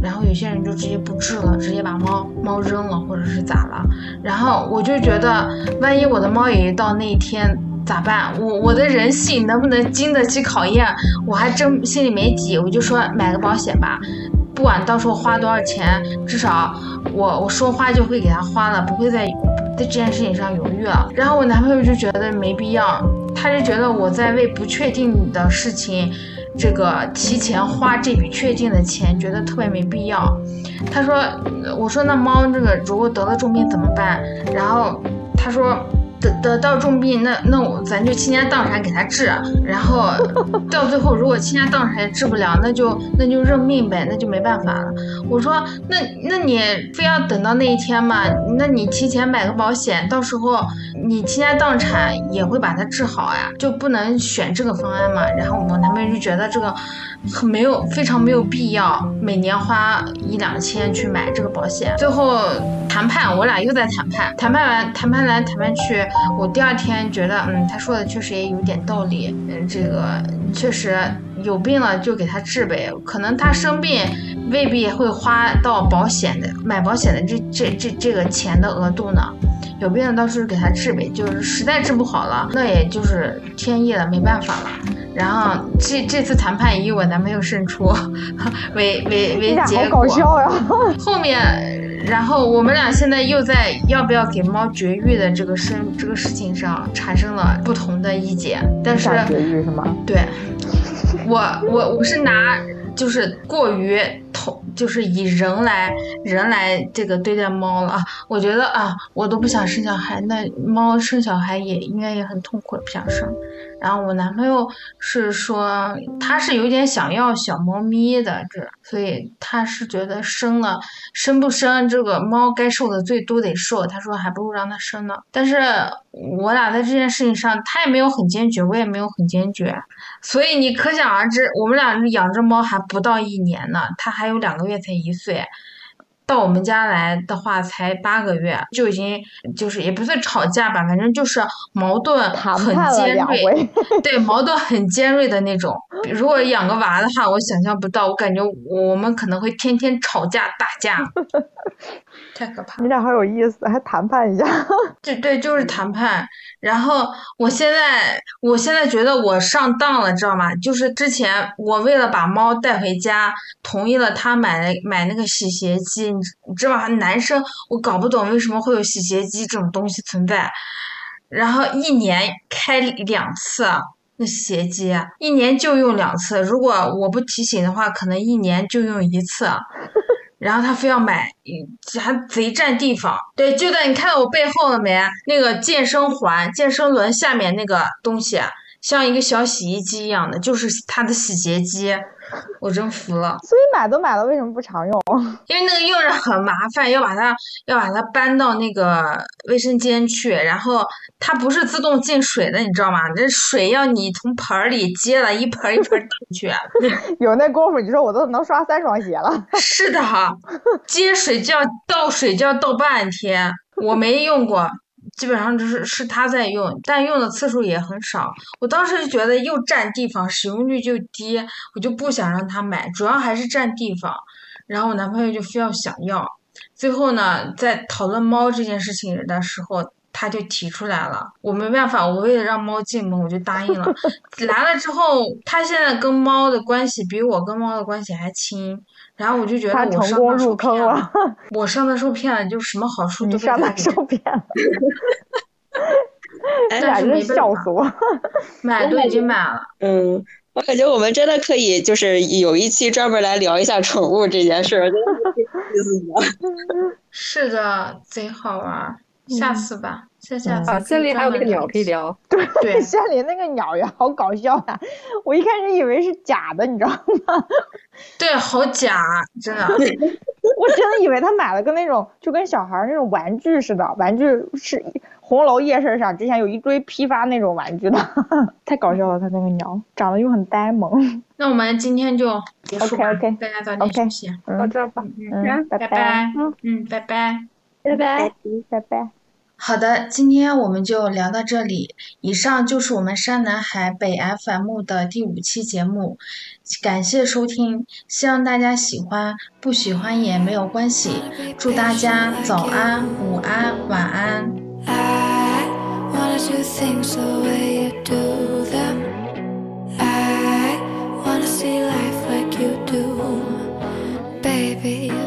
然后有些人就直接不治了，直接把猫猫扔了或者是咋了。然后我就觉得万一我的猫也到那一天咋办？我我的人性能不能经得起考验？我还真心里没底，我就说买个保险吧，不管到时候花多少钱，至少我我说花就会给他花了，不会在在这件事情上犹豫了。然后我男朋友就觉得没必要，他就觉得我在为不确定的事情这个提前花这笔确定的钱，觉得特别没必要。他说，我说那猫这个如果得了重病怎么办？然后他说得得到重病，那那我咱就倾家荡产给他治，然后到最后如果倾家荡产也治不了，那就那就认命呗，那就没办法了。我说那那你非要等到那一天嘛？那你提前买个保险，到时候你倾家荡产也会把它治好呀，就不能选这个方案嘛？然后我男朋友就觉得这个很没有非常没有必要，每年花一两千去买这个保险。最后谈判，我俩又在谈判，谈判完谈判来谈判去，我第二天觉得，嗯，他说的确实也有点道理，嗯，这个确实有病了就给他治呗，可能他生病未必会花到保险的买保险的这这这这个钱的额度呢。有病了到时候给他治呗，就是实在治不好了，那也就是天意了，没办法了。然后这这次谈判以我男朋友胜出为为为结果， 好搞笑呀！ 后面，然后我们俩现在又在要不要给猫绝育的这个事这个事情上产生了不同的意见。但是绝育是吗？ 对，我我我是拿就是过于同就是以人来人来这个对待猫了。我觉得啊，我都不想生小孩，那猫生小孩也应该也很痛苦，不想生。然后我男朋友是说他是有点想要小猫咪的，这所以他是觉得生了生不生这个猫该受的罪都得受，他说还不如让它生呢。但是我俩在这件事情上他也没有很坚决，我也没有很坚决，所以你可想而知，我们俩养着猫还不到一年呢，它还有两个月才一岁，到我们家来的话才八个月，就已经就是也不算吵架吧，反正就是矛盾很尖锐，对，矛盾很尖锐的那种。如果养个娃的话，我想象不到，我感觉我们可能会天天吵架打架，太可怕了。 你俩好有意思，还谈判一下。 对对，就是谈判。然后我现在我现在觉得我上当了，知道吗？就是之前我为了把猫带回家，同意了他买买那个洗鞋机，你知道吧？男生我搞不懂为什么会有洗鞋机这种东西存在，然后一年开两次。那洗鞋机一年就用两次，如果我不提醒的话，可能一年就用一次。然后他非要买，还贼占地方。对，就在你看到我背后了没？那个健身环、健身轮下面那个东西，像一个小洗衣机一样的，就是它的洗洁机。我真服了。 所以买都买了，为什么不常用？ 因为那个用着很麻烦，要把它要把它搬到那个卫生间去，然后它不是自动进水的，你知道吗？这水要你从盆里接了一盆一盆进去。 有那功夫，你说我都能刷三双鞋了。 是的哈，接水就要倒水就要倒半天，我没用过。基本上就是是他在用，但用的次数也很少。我当时就觉得又占地方，使用率就低，我就不想让他买，主要还是占地方。然后我男朋友就非要想要，最后呢，在讨论猫这件事情的时候，他就提出来了。我没办法，我为了让猫进门，我就答应了。来了之后，他现在跟猫的关系比我跟猫的关系还亲。然后我就觉得我上当受骗了，我上当受骗了，就什么好处都被他给受骗了。 但是没笑死我， 买都已经买了。 嗯，我感觉我们真的可以，就是有一期专门来聊一下宠物这件事儿，真的挺有意思的。 是的，贼好玩，下次吧。嗯下下次啊，森林还有那个鸟可以聊。 对对，森林那个鸟也好搞笑呀、啊！我一开始以为是假的，你知道吗？ 对，好假，真的。 我真的以为他买了个那种就跟小孩那种玩具似的，玩具是红楼夜市上之前有一堆批发那种玩具的，太搞笑了。他那个鸟长得又很呆萌。 那我们今天就结束吧 ，OK OK， 大家早点休息， 嗯、 到这儿吧， 嗯，拜拜拜，嗯，拜拜， 拜拜， 拜拜。 好的，今天我们就聊到这里。以上就是我们山南海北 F M 的第五期节目，感谢收听，希望大家喜欢，不喜欢也没有关系。祝大家早安、午安、晚安。 I wanna do things the way you do them. I wanna see life like you do, baby.